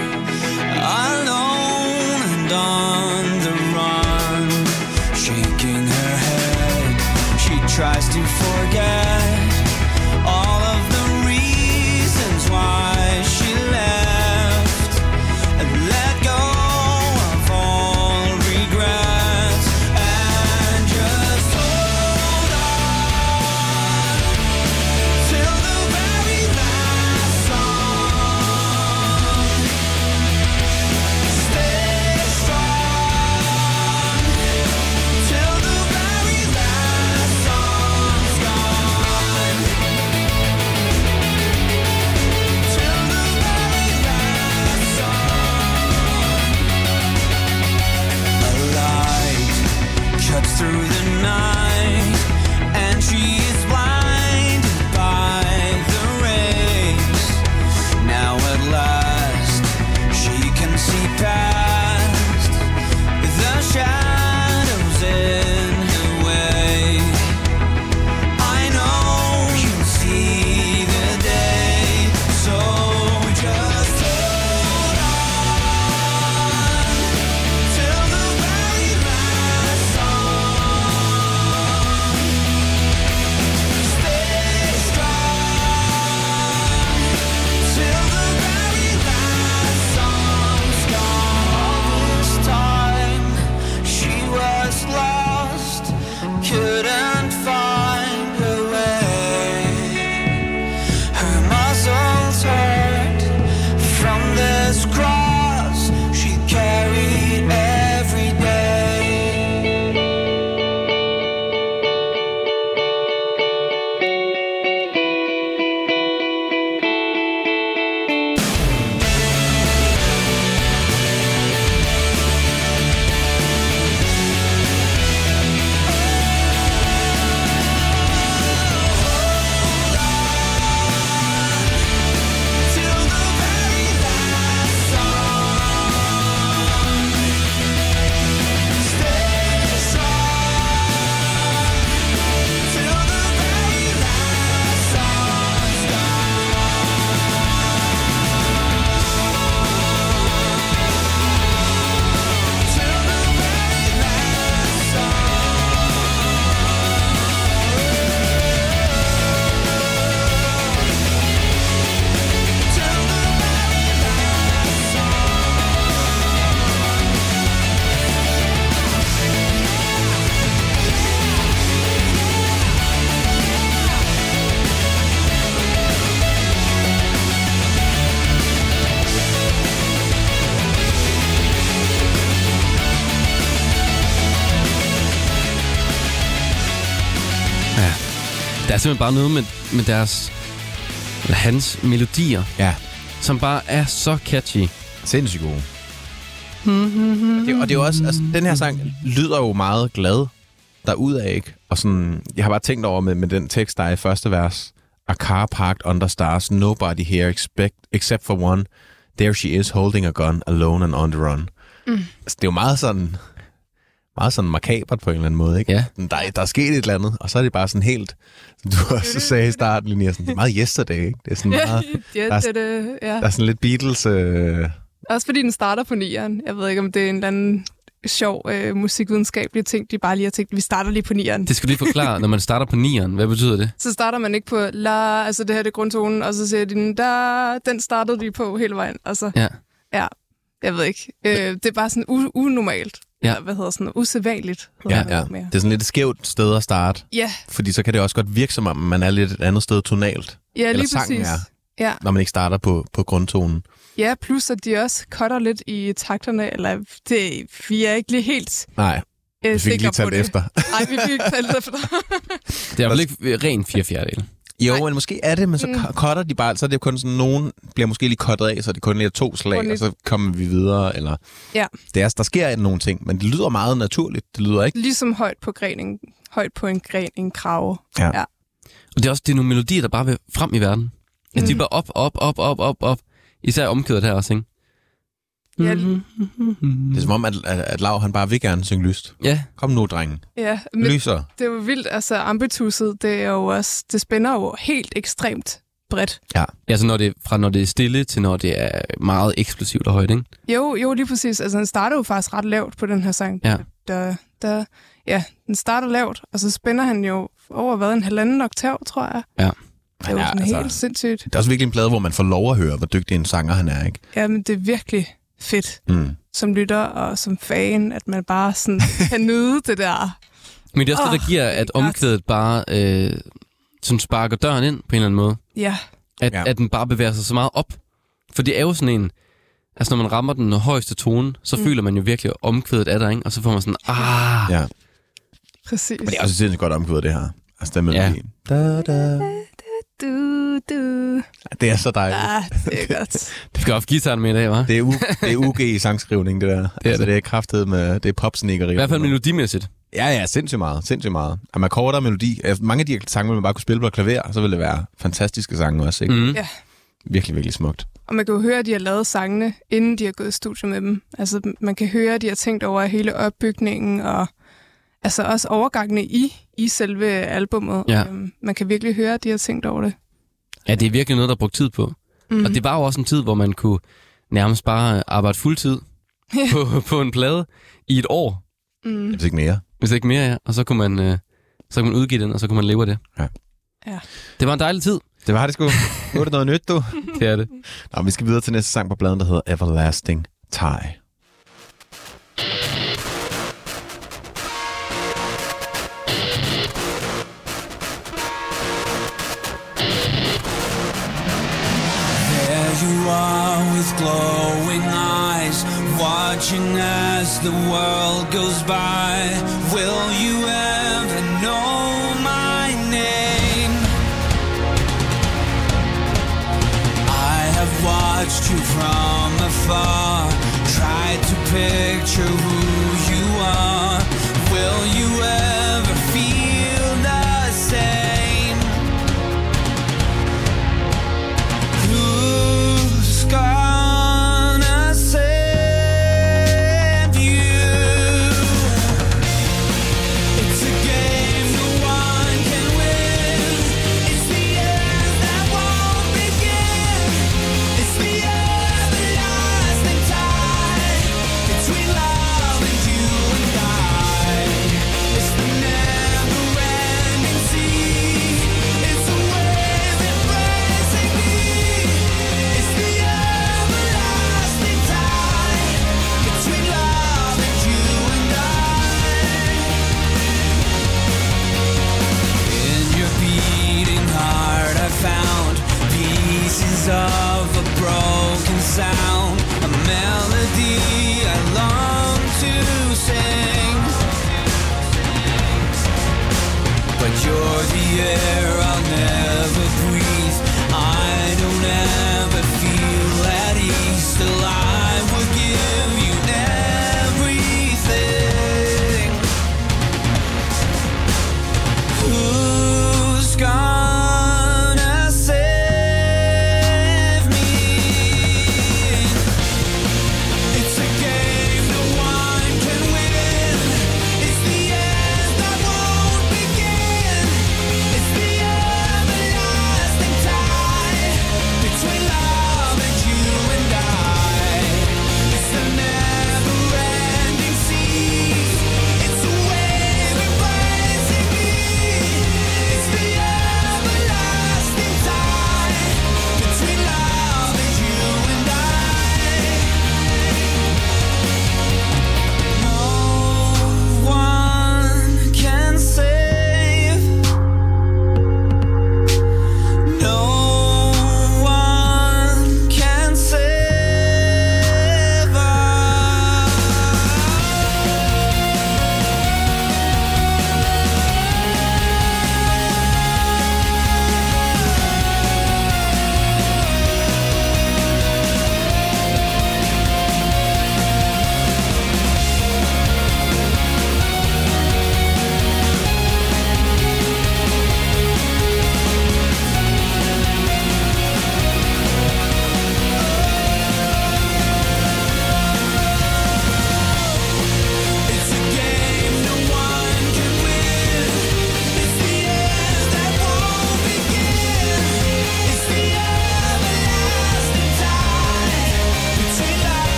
alone and on the run. Shaking her head, she tries to forget all of the reasons why she left, and let go of all regrets, and just hold on till the very last song. Stay strong. er simpelthen bare noget med, med deres, eller hans melodier, Ja, som bare er så catchy. sindssygt gode. Og det, og det er jo også, altså, den her sang lyder jo meget glad derudad, ikke? Og sådan, jeg har bare tænkt over med, med den tekst, der er i første vers. A car parked under stars, nobody here expect, except for one. There she is, holding a gun, alone and on the run. Mm. Altså, det er jo meget sådan, meget sådan makabert på en eller anden måde, ikke? Ja. Der, der er sket et eller andet, og så er det bare sådan helt, som du også sagde i starten, Linnea, sådan, det er meget yesterday, ikke? Det er sådan meget, ja, der, er, det, det, ja. der er sådan lidt Beatles... Øh, Også fordi den starter på nieren. Jeg ved ikke, om det er en eller anden sjov øh, musikvidenskabelig ting, de bare lige har tænkt, vi starter lige på nieren. Det skal du lige forklare, når man starter på nieren. Hvad betyder det? Så starter man ikke på la, altså det her det er grundtonen, og så siger de, da, den startede de på hele vejen. Altså, Ja. ja, jeg ved ikke. Øh, det er bare sådan u- unormalt. Ja. Eller, hvad hedder sådan usædvanligt. ja, ja. Det er sådan lidt et skævt sted at starte, Ja, fordi så kan det også godt virke som om, man er lidt et andet sted tonalt, ja Eller lige sangen præcis. er. Ja. når man ikke starter på, på grundtonen. ja, plus at de også cutter lidt i takterne, eller det, vi er ikke lige helt Nej, øh, vi fik sikre lige på talt det. efter. Nej, vi fik ikke talt efter. Det er i hvert fald ikke ren fire fjerdedel. Jo, Nej. men måske er det, men så Mm. mm. cutter de bare, så er det kun sådan, nogen bliver måske lige cuttet af, så det kun lige er to slag, Kun og så kommer vi videre, eller... Ja. Det er, der sker nogle ting, men det lyder meget naturligt. Det lyder ikke... Ligesom højt på grening, højt på en gren, en krave. Ja. Ja. Og det er også det er nogle melodier, der bare vil frem i verden. Altså, Mm. de er bare op, op, op, op, op, op. Især omkødet her også, ikke? Ja, Det er som om, at, at, at Lav, han bare vil gerne synge lyst. Ja, Kom nu, drengen. ja, men Lyser. det er jo vildt. Altså, ambitusset, det er jo også, det spænder jo helt ekstremt bredt. altså når det, fra når det er stille til når det er meget eksplosivt og højt, ikke? Jo, jo, lige præcis. Altså, den starter jo faktisk ret lavt på den her sang. Ja. Der, der, ja, den starter lavt, og så spænder han jo over, hvad, en halvanden oktav, tror jeg. Ja. Det er jo Ja, sådan altså- helt sindssygt. Det er også virkelig en plade, hvor man får lov at høre, hvor dygtig en sanger han er, ikke? Ja, men det er virkelig fedt Mm. som lytter og som fan, at man bare sådan kan nyde det der. Men det er også Åh, det, der giver, at omkvædet bare øh, sådan sparker døren ind på en eller anden måde. Ja, At, Ja. ja. at den bare bevæger sig så meget op. For det er jo sådan en... Altså, når man rammer den højeste tone, så mm. føler man jo virkelig omkvædet af der, ikke? Og så får man sådan, ah... Ja. præcis. Men det er også sindssygt godt omkvædet, det her. Altså, den Ja. melodien. Da, da. Du, du. Det er så dejligt. Ja, det er godt. Du skal også guitaren med i dag, hva'? Det er, u, det er U G i sangskrivning, det der. Det er altså, det. det er kraftet med, det er popsnikkeri. I hvert fald melodimæssigt. Ja, ja, sindssygt meget, sindssygt meget. Om akkorder og melodi. Altså, mange af de sange, man bare kunne spille på klaver, så ville det være fantastiske sange også, ikke? Mm. Ja. Virkelig, virkelig smukt. Og man kan jo høre, at de har lavet sangene, inden de har gået i studio med dem. Altså, man kan høre, at de har tænkt over hele opbygningen, og altså også overgangene i, i selve albummet. Ja. Øhm, man kan virkelig høre, at de har tænkt over det. Ja, det er virkelig noget, der er brugt tid på. Mm. Og det var jo også en tid, hvor man kunne nærmest bare arbejde fuldtid på, på en plade i et år, Mm. Hvis ikke mere. hvis ikke mere, ja. Og så kunne man, øh, så kunne man udgive den, og så kunne man leve af det. Ja. Ja. Det var en dejlig tid. Det var det sgu. Nu er det noget nyt, du. Det er det. Nå, vi skal videre til næste sang på pladen, der hedder Everlasting Tie. There you are with glowing eyes, watching as the world goes by. Will you ever know my name? I have watched you from afar, tried to picture who you are. Will you ever feel the same? Who's gonna save you? It's a game no one can win. It's the end that won't begin. It's the everlasting tie between love and you and I. It's the never-ending sea. It's a wave embracing me. It's the everlasting tie between love and you and I. In your beating heart I found pieces of a broken sound, a melody I long to sing. But you're the air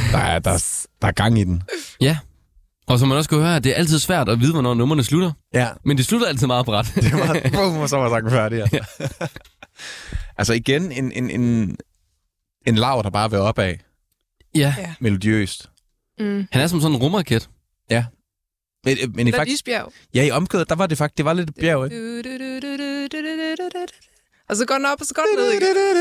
Der er, der, der er gang i den. Ja. Og som man også kan høre, det er altid svært at vide, hvornår numrene slutter. Ja. Men det slutter altid meget bræt. Det var, boom, og så var sangen færdig. Altså. Ja. Altså igen, en, en, en, en lav, der bare vil opad. Ja. Ja. Melodiøst. Mm. Han er som sådan en rumraket. Ja. Men, men i Eller faktisk, isbjerg. ja, i omkødet, der var det faktisk, det var lidt et bjerg, ikke? Du, du, du, du, du, du, du, du, du. Og så går den op, og så går den ned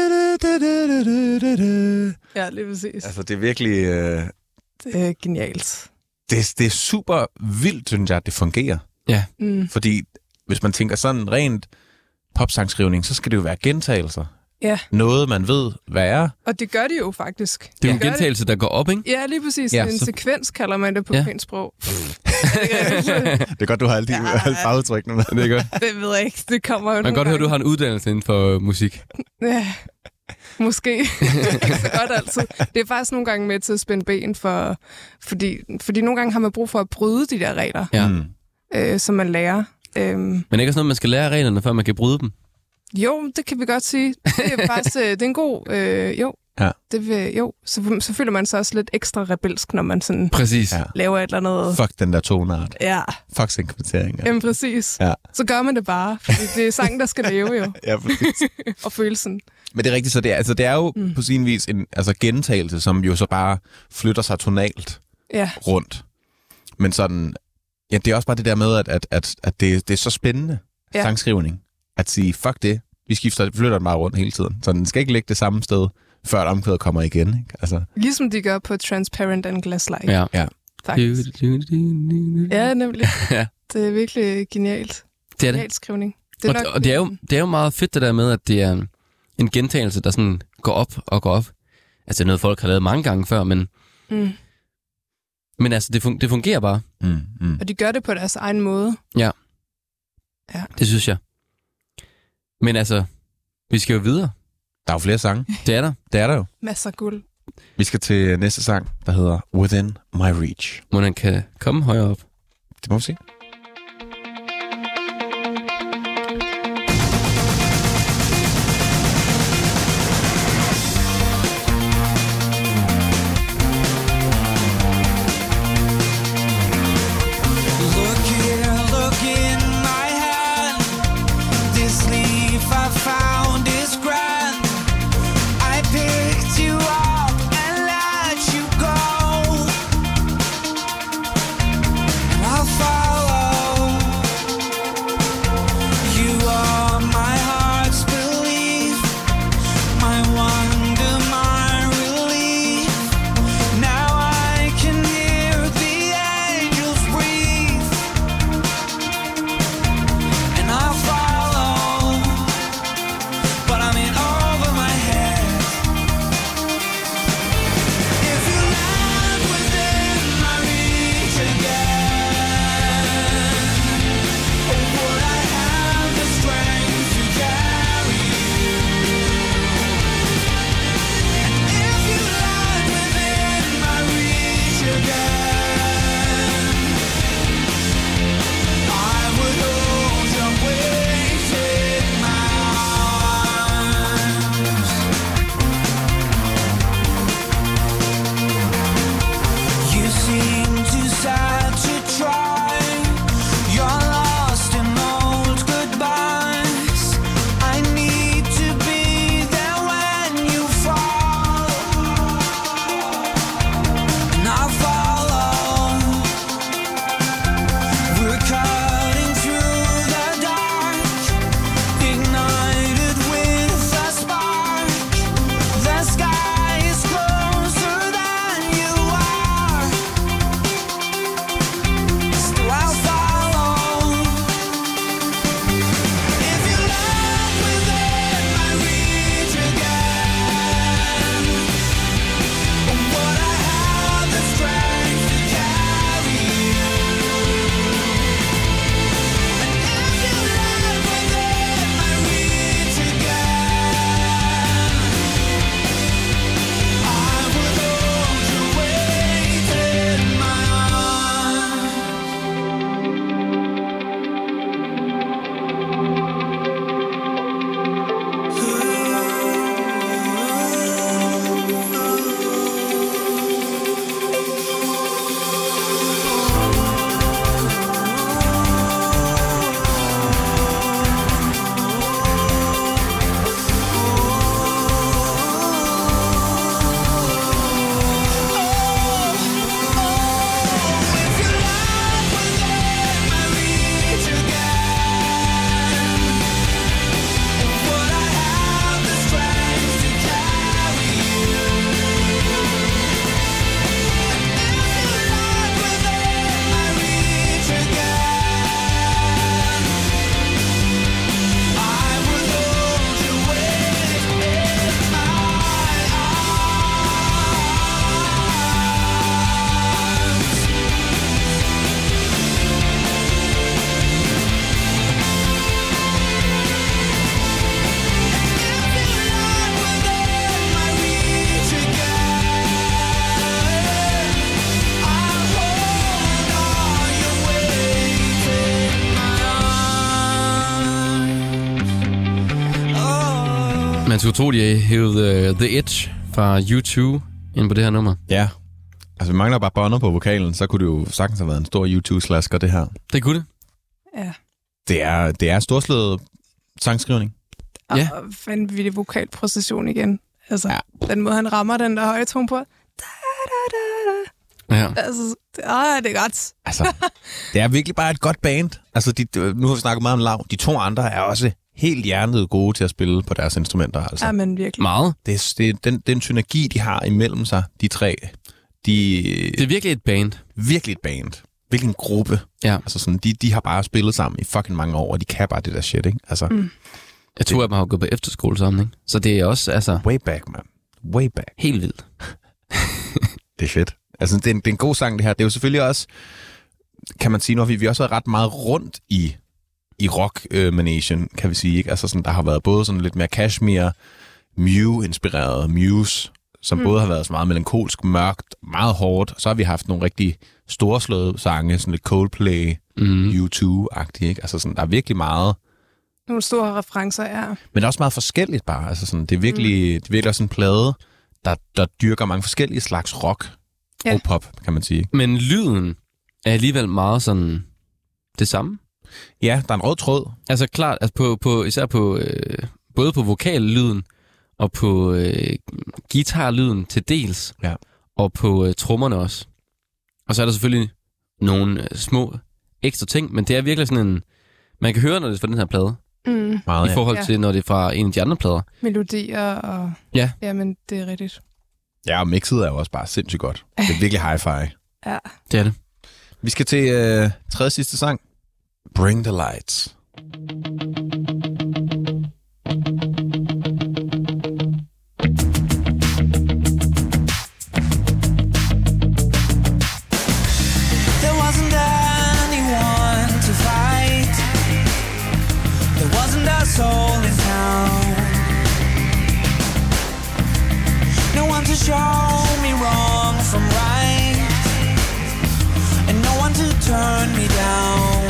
igen. Ja, lige præcis. Altså, det er virkelig... Øh, Det er genialt. det, det er super vildt, synes jeg, at det fungerer. Ja. Mm. Fordi hvis man tænker sådan rent popsangskrivning, så skal det jo være gentagelser. Ja, Noget, man ved, hvad er. og det gør de jo faktisk. Det er jo en gør gentagelse, der går op, ikke? Ja, lige præcis. Ja, Ja, en så- sekvens kalder man det på Ja. ja. pænt sprog. Det er godt, du har alle de Ja. alle fagudtrykkene med. Det er godt. Det ved jeg ikke. Det kommer jo Man kan nogle godt høre, at du gange. har en uddannelse inden for musik. Ja, måske. Ikke så godt altid. Det er faktisk nogle gange med til at spænde ben for... Fordi, fordi nogle gange har man brug for at bryde de der regler, Ja. Mm. øh, som man lærer. Øhm, Men det er ikke sådan noget, man skal lære reglerne, før man kan bryde dem. jo, det kan vi godt sige. Det er faktisk øh, det er en god... Øh, jo, Ja. det vil, jo. Så, så føler man sig også lidt ekstra rebelsk, når man sådan Præcis. Ja. laver et eller andet... Fuck den der tonart. Ja, Fuck synkronisering. Ja. jamen præcis. Ja. Så gør man det bare, fordi det er sangen, der skal leve jo, Ja, præcis. og følelsen. Men det er rigtigt, så det er, altså, det er jo mm. på sin vis en altså, gentagelse, som jo så bare flytter sig tonalt Ja, rundt. Men sådan, ja, det er også bare det der med, at, at, at, at det, det er så spændende, ja. Ja. sangskrivning, at sige, fuck det, vi skifter, flytter den bare rundt hele tiden. Så den skal ikke ligge det samme sted, før omkvædet kommer igen. Ikke? Altså, ligesom de gør på Transparent and Glass-like, Ja. ja. faktisk. Ja, nemlig. Ja. Det er virkelig genialt. Det er det. Genialt skrivning. Det og, og det, er jo, det er jo meget fedt det der med, at det er en, en gentagelse, der sådan går op og går op. Altså det er noget, folk har lavet mange gange før, men, Mm. men altså det, fun, det fungerer bare. Mm, mm. Og de gør det på deres egen måde. Det synes jeg. Men altså, vi skal jo videre. Der er jo flere sange. Det er der. Det er der jo. Masser af guld. Vi skal til næste sang, der hedder Within My Reach. Må den kan komme højere op. Det må vi se. Look here, look in my hand. This leaf I found is grand. I picked you up and let you go. And I'll follow skulle tro, de har hævet uh, The Edge fra U to ind på det her nummer. Ja. Altså, vi mangler bare bånder på vokalen, så kunne det jo sagtens have været en stor U to-slasker, det her. Det kunne det. Ja. Det er, det er storslået sangskrivning. Og Ja. vanvittig vokalpræcision igen. Altså, Ja. ja. den måde, han rammer den der høje tone på. Da, da, da, da. Ja. Altså, det, ah, det er godt. Altså, det er virkelig bare et godt band. Altså, de, nu har vi snakket meget om Lav. De to andre er også helt hjernet gode til at spille på deres instrumenter. Altså. Ja, men virkelig. Meget. Det er, det er den, den synergi, de har imellem sig, de tre, de Det er virkelig et band. virkelig et band. Virkelig en gruppe. Ja. Altså sådan, de, de har bare spillet sammen i fucking mange år, og de kan bare det der shit, ikke? Altså, mm. Jeg tror, at man har gået på efterskole sammen, ikke? Så det er også, altså, way back, man. Way back. helt vildt. Det er fedt. Altså, det er, en, det er en god sang, det her. Det er jo selvfølgelig også, kan man sige, nu har vi, vi også været ret meget rundt i, i rock-managen, kan vi sige, ikke? Altså sådan, der har været både sådan lidt mere Kashmir, Mew-inspireret, Muse, som mm. både har været så meget melankolsk, mørkt, meget hårdt. Så har vi haft nogle rigtig storslåede sange, sådan lidt Coldplay, Mm. U to-agtige, ikke? Altså sådan, der er virkelig meget. Nogle store referencer, ja. Men det er også meget forskelligt bare. Altså sådan, det er virkelig, mm. det er virkelig også en plade, der, der dyrker mange forskellige slags rock Ja. og pop, kan man sige. Men lyden er alligevel meget sådan det samme. Ja, der er en rød tråd. Altså klart, altså på, på, især på øh, både på vokallyden og på øh, guitarlyden til dels, Ja. og på øh, trommerne også. Og så er der selvfølgelig nogle øh, små ekstra ting, men det er virkelig sådan en, man kan høre, når det er fra den her plade, Mm. Meget, i forhold Ja. til, når det er fra en af de andre plader. Melodier og... Ja. Jamen, det er rigtigt. Ja, og mixet er jo også bare sindssygt godt. Det er virkelig hi-fi. Ja. Det er det. Vi skal til øh, tredje sidste sang. Bring the Lights. There wasn't anyone to fight. There wasn't a soul in town. No one to show me wrong from right, and no one to turn me down.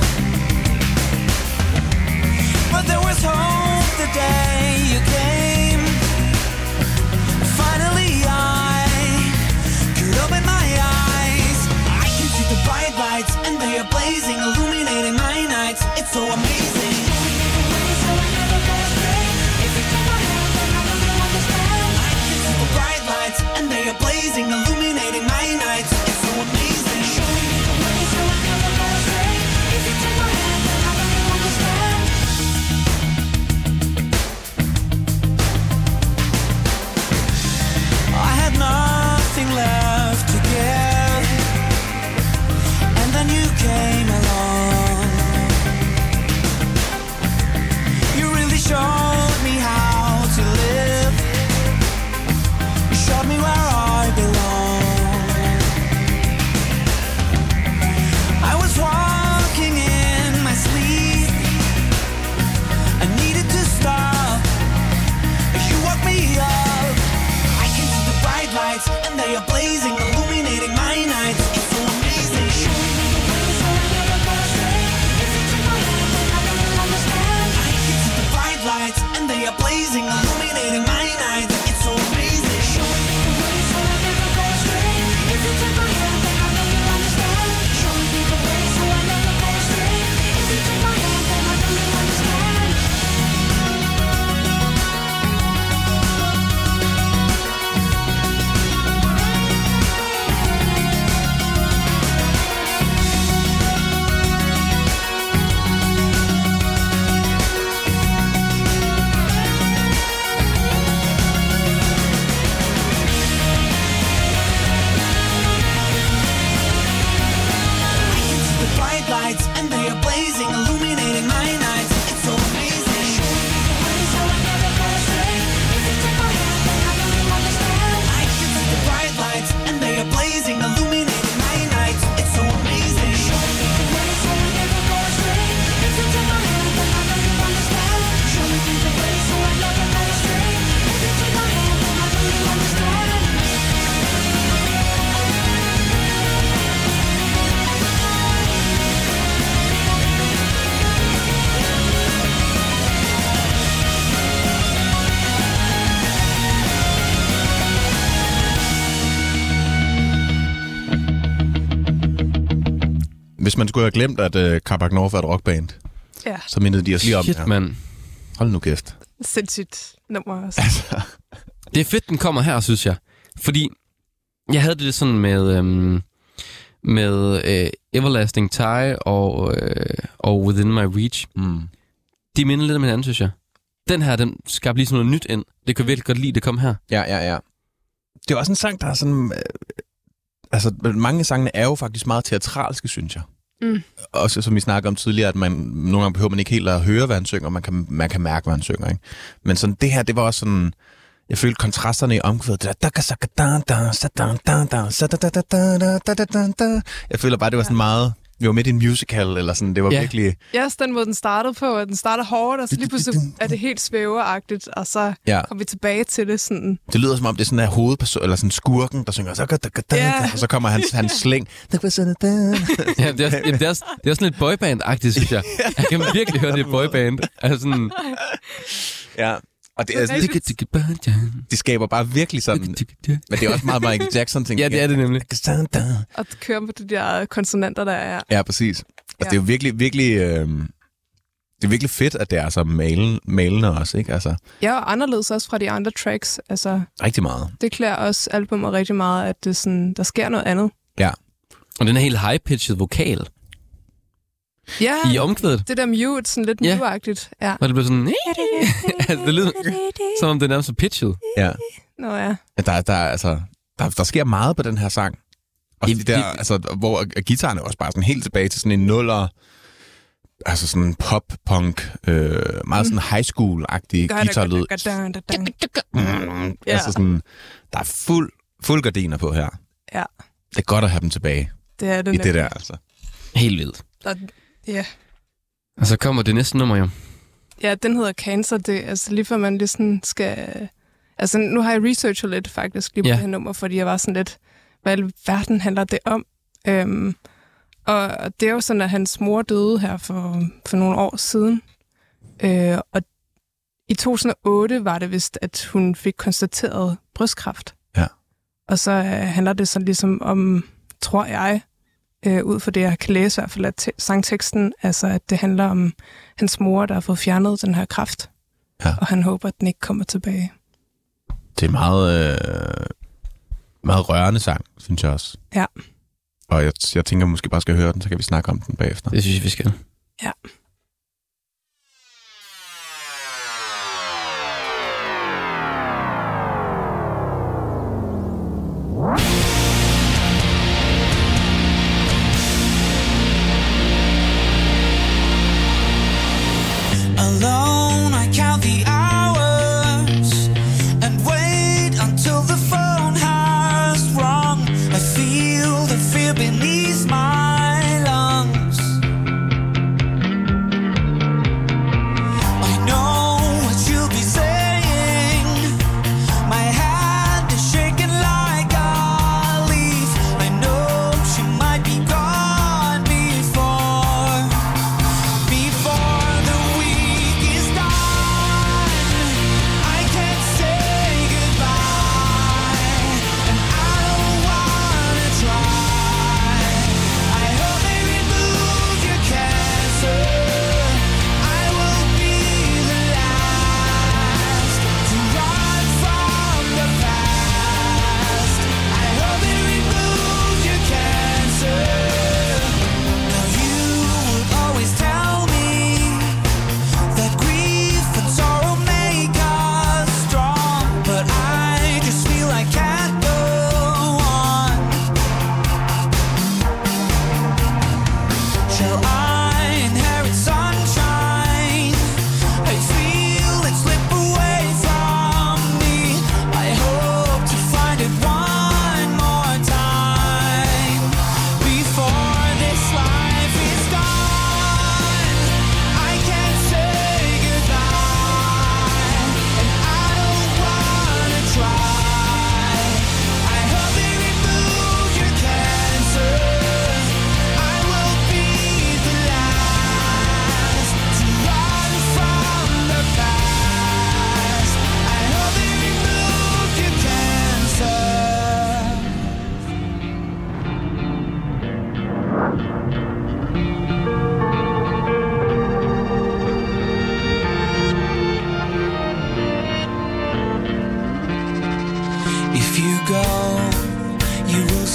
But there was hope the day you came. Finally I could open my eyes. I can see the bright lights and they are blazing, illuminating my nights. It's so amazing. I can see the bright lights and they are blazing, illuminating my nights. It's so amazing. Show me the way so I never go astray. If you take my hand, then I will understand. I had nothing left to give, and then you came along. hvis man skulle have glemt, at uh, Carbac North er et rockband, Ja, så mindede de os lige om Shit, det her. mand. Hold nu kæft. sindssygt nummer også. Altså, Det er fedt, den kommer her, synes jeg. Fordi jeg havde det lidt sådan med, øhm, med øh, Everlasting Tie og, øh, og Within My Reach. mm. De minder lidt om hinanden, synes jeg. Den her, den skabte lige sådan noget nyt ind. Det kan jeg virkelig godt lide, det kom her. Ja, ja, ja. Det er også en sang, der er sådan... Øh, altså, mange af sangene er jo faktisk meget teatralske, synes jeg. Mm. Også som vi snakker om tidligere, at man nogle gange behøver man ikke helt at høre, hvad han synger, man kan, man kan mærke, hvad han synger, ikke? Men sådan, det her, det var også sådan... Jeg følte kontrasterne i omkvædet. Jeg føler bare, det var sådan meget... Vi var midt i en musical, eller sådan. Det var Ja. virkelig... Ja, også den måde, den startede på, at den starter hårdt, og så lige pludselig er det helt svæveragtigt, og så Ja. kommer vi tilbage til det sådan. Det lyder som om, det er sådan en hovedperson, eller sådan skurken, der synger... Ja. Og så kommer hans, hans slæng. Ja, det, er, også- jamen, det, er også, det er også sådan lidt boyband-agtigt, synes jeg. Jeg kan virkelig høre, det er boyband. Altså sådan... Ja. Og det, er sådan, Rigtigt. det, det skaber bare virkelig sådan... Men det er også meget Michael Jackson-ting. Ja, det er det nemlig. Og kører på de der konsonanter, der er. Ja, præcis. Altså, Ja. det er jo virkelig, virkelig... Øh, det er virkelig fedt, at det er så malen, malende også, ikke? Altså, Ja, og anderledes også fra de andre tracks. Altså, rigtig meget. det klæder også albumet rigtig meget, at det sådan, der sker noget andet. Ja. Og den er helt high-pitched vokal Ja, i omkvædet. det der mute, sådan lidt Ja. mute-agtigt. Ja. Og det bliver sådan... altså, det lyder som om det er nærmest så pitched. Ja. Nå ja. Ja, Der, der, altså, der, der sker meget på den her sang. Og Det- det, de der, det- altså, hvor gitaren er også bare sådan helt tilbage til sådan en nuller, altså sådan pop-punk, øh, meget sådan high school-agtig guitarlyd. Mm, Ja. Altså sådan, der er fuld, fuld gardiner på her. Ja. Det er godt at have dem tilbage Det er det i det der, altså. Helt vildt. Der, ja. Og så kommer det næste nummer jo. Ja, den hedder Cancer. Det altså lige før man lige sådan skal... Altså, nu har jeg researchet lidt faktisk lige på Ja. det her nummer, fordi jeg var sådan lidt, hvad i verden handler det om? Øhm, og og det er jo sådan, at hans mor døde her for, for nogle år siden. Øh, og i to tusind og otte var det vist, at hun fik konstateret brystkræft. Ja. Og så øh, handler det så ligesom om, tror jeg, øh, ud fra det, jeg kan læse i hvert fald af te- sangteksten, altså at det handler om hans mor, der har fået fjernet den her kræft. Ja. Og han håber, at den ikke kommer tilbage. Det er meget, øh, meget rørende sang, synes jeg også. Ja. Og jeg, jeg tænker, måske bare skal høre den, så kan vi snakke om den bagefter. Det synes jeg, vi skal. Ja. Alone, I count the hours and wait until the phone has rung. I feel the fear beneath my lungs.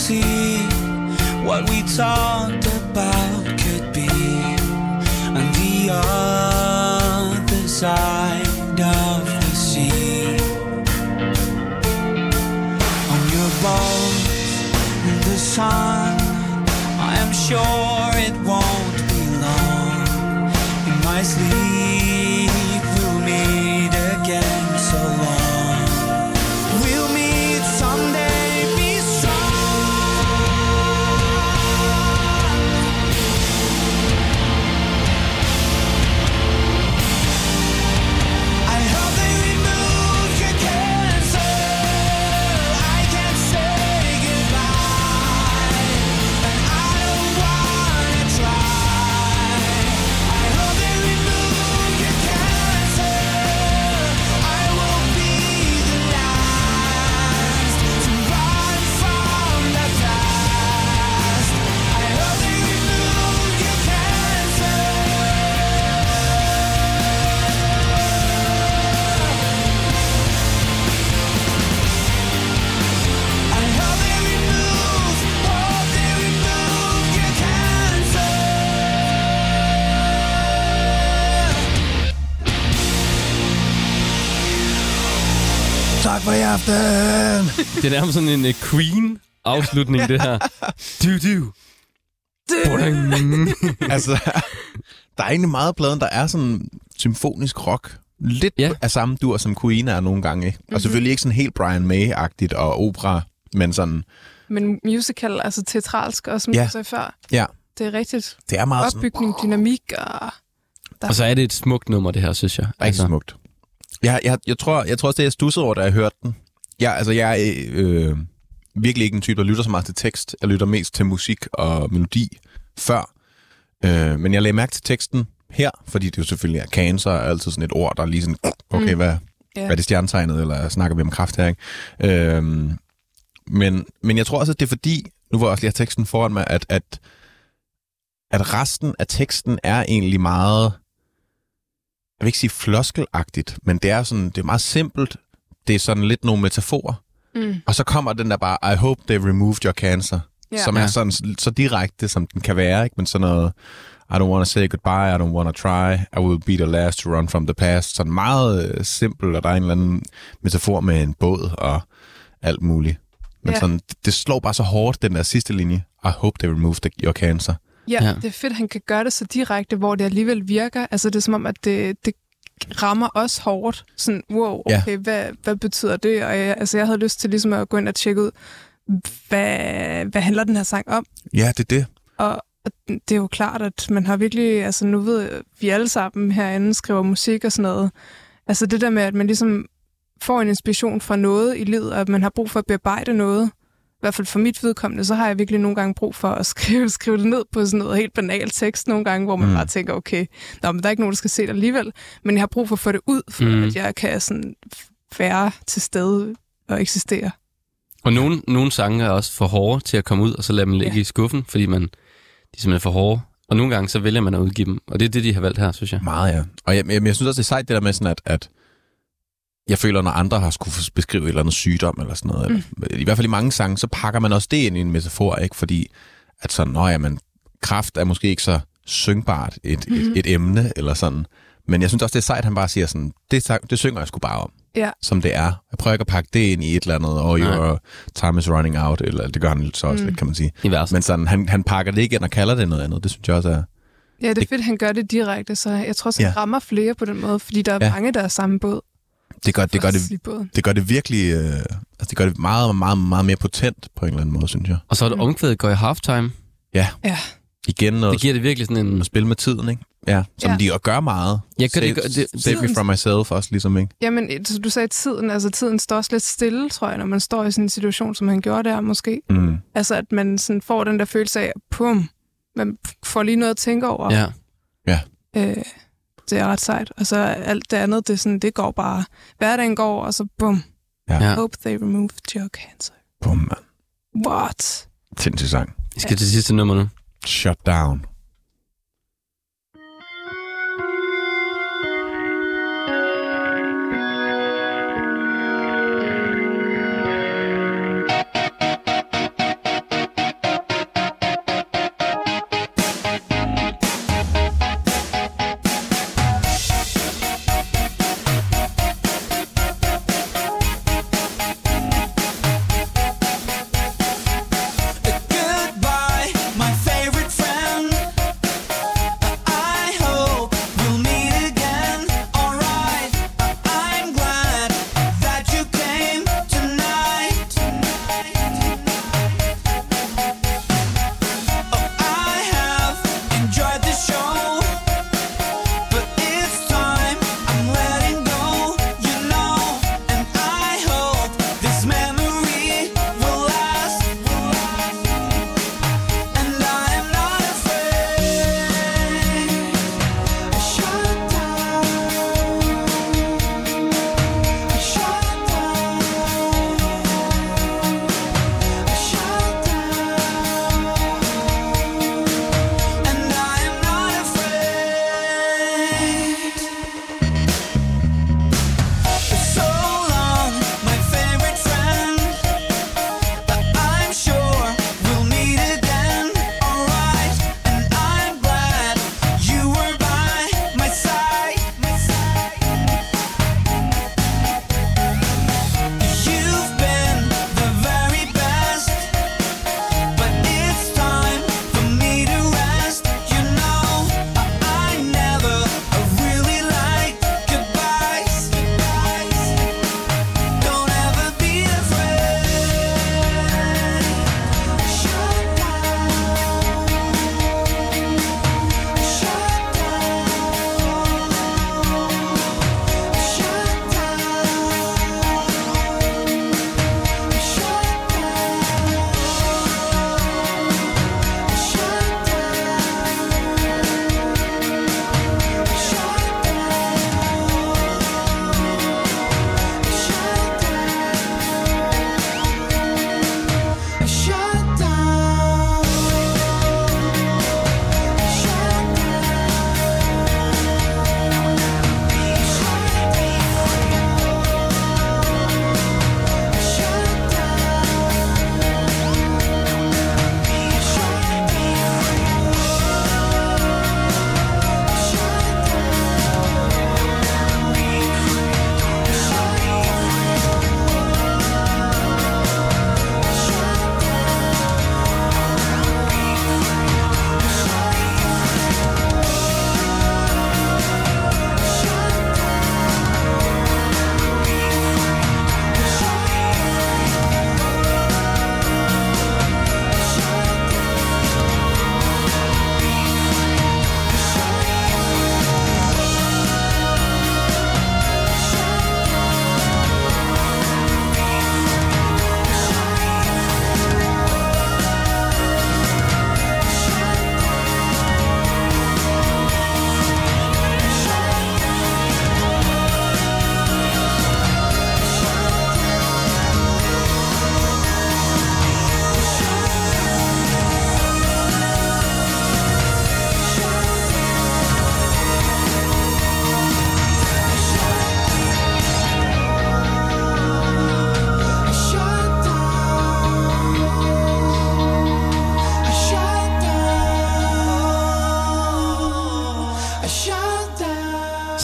see what we talked about could be on the other side of the sea. On your boat in the sun, I am sure it won't be long. In my sleep we'll meet again, so long. We'll meet someday, be strong. I hope they remove your cancer. I can't say goodbye, and I don't wanna try. I hope they remove your cancer. I will be the last to run from the past. I hope they remove your cancer. I hope they remove, hope they remove your cancer. Tak for i aften! Det er nærmest sådan en uh, Queen-afslutning, det her. Du, du. Altså, der er egentlig meget af pladen, der er sådan symfonisk rock. Lidt Ja. ja. af samme dur, som Queen er nogle gange, ikke? Og selvfølgelig ikke sådan helt Brian May-agtigt og opera, men sådan, Men musical, altså teatralsk også, som Ja. du sagde før. ja, Det er rigtigt. det er meget sådan Opbygning, dynamik og... Og så er det et smukt nummer, det her, synes jeg. rigtig smukt. Jeg, jeg, jeg, tror, jeg tror også, det jeg stussede over, da jeg hørte den. Jeg, altså, jeg er øh, virkelig ikke en type, der lytter så meget til tekst. Jeg lytter mest til musik og melodi før. Øh, men jeg lagde mærke til teksten her, fordi det jo selvfølgelig er cancer, og altid sådan et ord, der er lige sådan, okay, Mm. hvad, Ja. hvad er det stjernetegnet, eller snakker vi om kraft her, ikke? Øh, men, men jeg tror også, at det er fordi, nu var jeg også lige have teksten foran mig, at, at, at resten af teksten er egentlig meget, jeg vil ikke sige floskelagtigt, men det er sådan, det er meget simpelt. Det er sådan lidt nogle metaforer. Mm. Og så kommer den der bare, I hope they removed your cancer. Ja. Som Ja. er sådan så direkte, som den kan være, ikke? Men sådan noget, I don't want to say goodbye, I don't want to try, I will be the last to run from the past. Sådan meget øh, simpelt, og der er en eller anden metafor med en båd og alt muligt. Men Ja. sådan, det, det slår bare så hårdt, den der sidste linje. I hope they removed your cancer. Ja, Ja. ja, det er fedt, at han kan gøre det så direkte, hvor det alligevel virker. Altså, det er som om, at det, det rammer os hårdt. Sådan, wow, Ja. okay, hvad, hvad betyder det? Og jeg, altså, jeg havde lyst til ligesom at gå ind og tjekke ud, hvad, hvad handler den her sang om? Ja, det er det. Og og det er jo klart, at man har virkelig, altså nu ved jeg, vi alle sammen herinde skriver musik og sådan noget. Altså det der med, at man ligesom får en inspiration fra noget i livet, og at man har brug for at bearbejde noget. I hvert fald for mit vedkommende, så har jeg virkelig nogle gange brug for at skrive, skrive det ned på sådan noget helt banalt tekst nogle gange, hvor man Mm. mm. bare tænker, okay, nå, men der er ikke nogen, der skal se det alligevel. Men jeg har brug for at få det ud, for Mm. mm. at jeg kan sådan være til stede og eksistere. Og nogle, nogle sange er også for hårde til at komme ud, og så lader man ligge Ja. i skuffen, fordi man, de er simpelthen for hårde. Og nogle gange så vælger man at udgive dem, og det er det, de har valgt her, synes jeg. Meget, ja. Og jeg, jeg, jeg synes også, det er sejt det der med sådan, at, at jeg føler, når andre har skulle beskrive et eller andet sygdom eller sådan noget, mm. eller, i hvert fald i mange sange, så pakker man også det ind i en metafor, ikke? Fordi at sådan, nå ja, men kræft er måske ikke så syngbart et, mm-hmm. et, et emne, eller sådan. Men jeg synes også, det er sejt, at han bare siger sådan, det, det synger jeg sgu bare om, Ja. som det er. Jeg prøver ikke at pakke det ind i et eller andet, og Nej. your time is running out, eller det gør han så også Mm. lidt, kan man sige. I verset. Men sådan, han, han pakker det ikke ind og kalder det noget andet. Det synes jeg også er... Ja, det er Det- fedt, at han gør det direkte, så jeg tror også, han Ja. rammer flere på den måde, fordi der er Ja. ja. mange, der er samme båd. Det gør, det gør det I båden. Det gør det virkelig, øh, altså det gør det meget, meget, meget mere potent på en eller anden måde, synes jeg. Og så er det omkvædet går i halftime. Ja, Igen noget, Det giver det virkelig sådan en... noget spil med tiden, ikke? Ja, som Ja. de jo gør meget. Ja, gør save, det- gør- det- save me from myself også, ligesom, ikke? jamen, så du sagde tiden, altså tiden står også lidt stille, tror jeg, når man står i sådan en situation, som han gjorde der måske. Mm. Altså, at man sådan får den der følelse af, pum, man får lige noget at tænke over. Ja. Øh, det er ret sejt. Og så alt det andet, det, er sådan, det går bare. Hverdagen går, og så bum. Ja. Ja. Hope they removed your cancer. Bum, man. What? Sindssygt sang. Vi skal til sidste nummer nu. Shut down.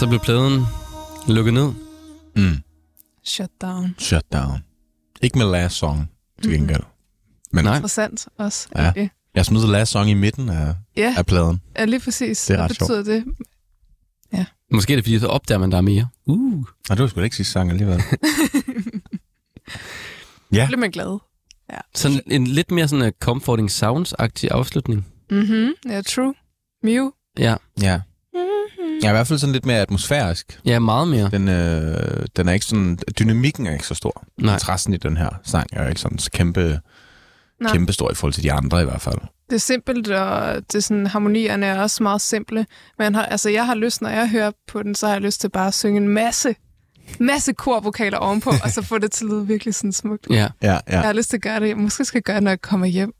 Så blev pladen lukket ned. Mm. Shut down. Shut down. Ikke med last song, til gengæld. Men Nej. Interessant også. Ja. Okay. jeg smed last song i midten af, Ja, af pladen. ja, lige præcis. Det er Hvad ret betyder det? Måske er det, fordi så opdager man, der er mere. Uh. Og det var sgu da ikke sidste sang alligevel. Ja. Så bliver man glad. Sådan en lidt mere sådan uh, comforting sounds-agtig afslutning. Mhm, ja, true. Mew. Ja, Ja. Jeg er i hvert fald sådan lidt mere atmosfærisk. ja meget mere. Den, øh, den er ikke sådan... Dynamikken er ikke så stor. Nej. Interessen i den her sang er ikke sådan kæmpe, Nej. kæmpe stor i forhold til de andre i hvert fald. Det er simpelt, og det er sådan, harmonierne er også meget simple. Men har, altså, jeg har lyst, når jeg hører på den, så har jeg lyst til bare at synge en masse, masse korvokaler ovenpå, og så få det til at lyde virkelig sådan smukt. Ja. Ja, ja. Jeg har lyst til at gøre det. Måske skal jeg gøre det, når jeg kommer hjem.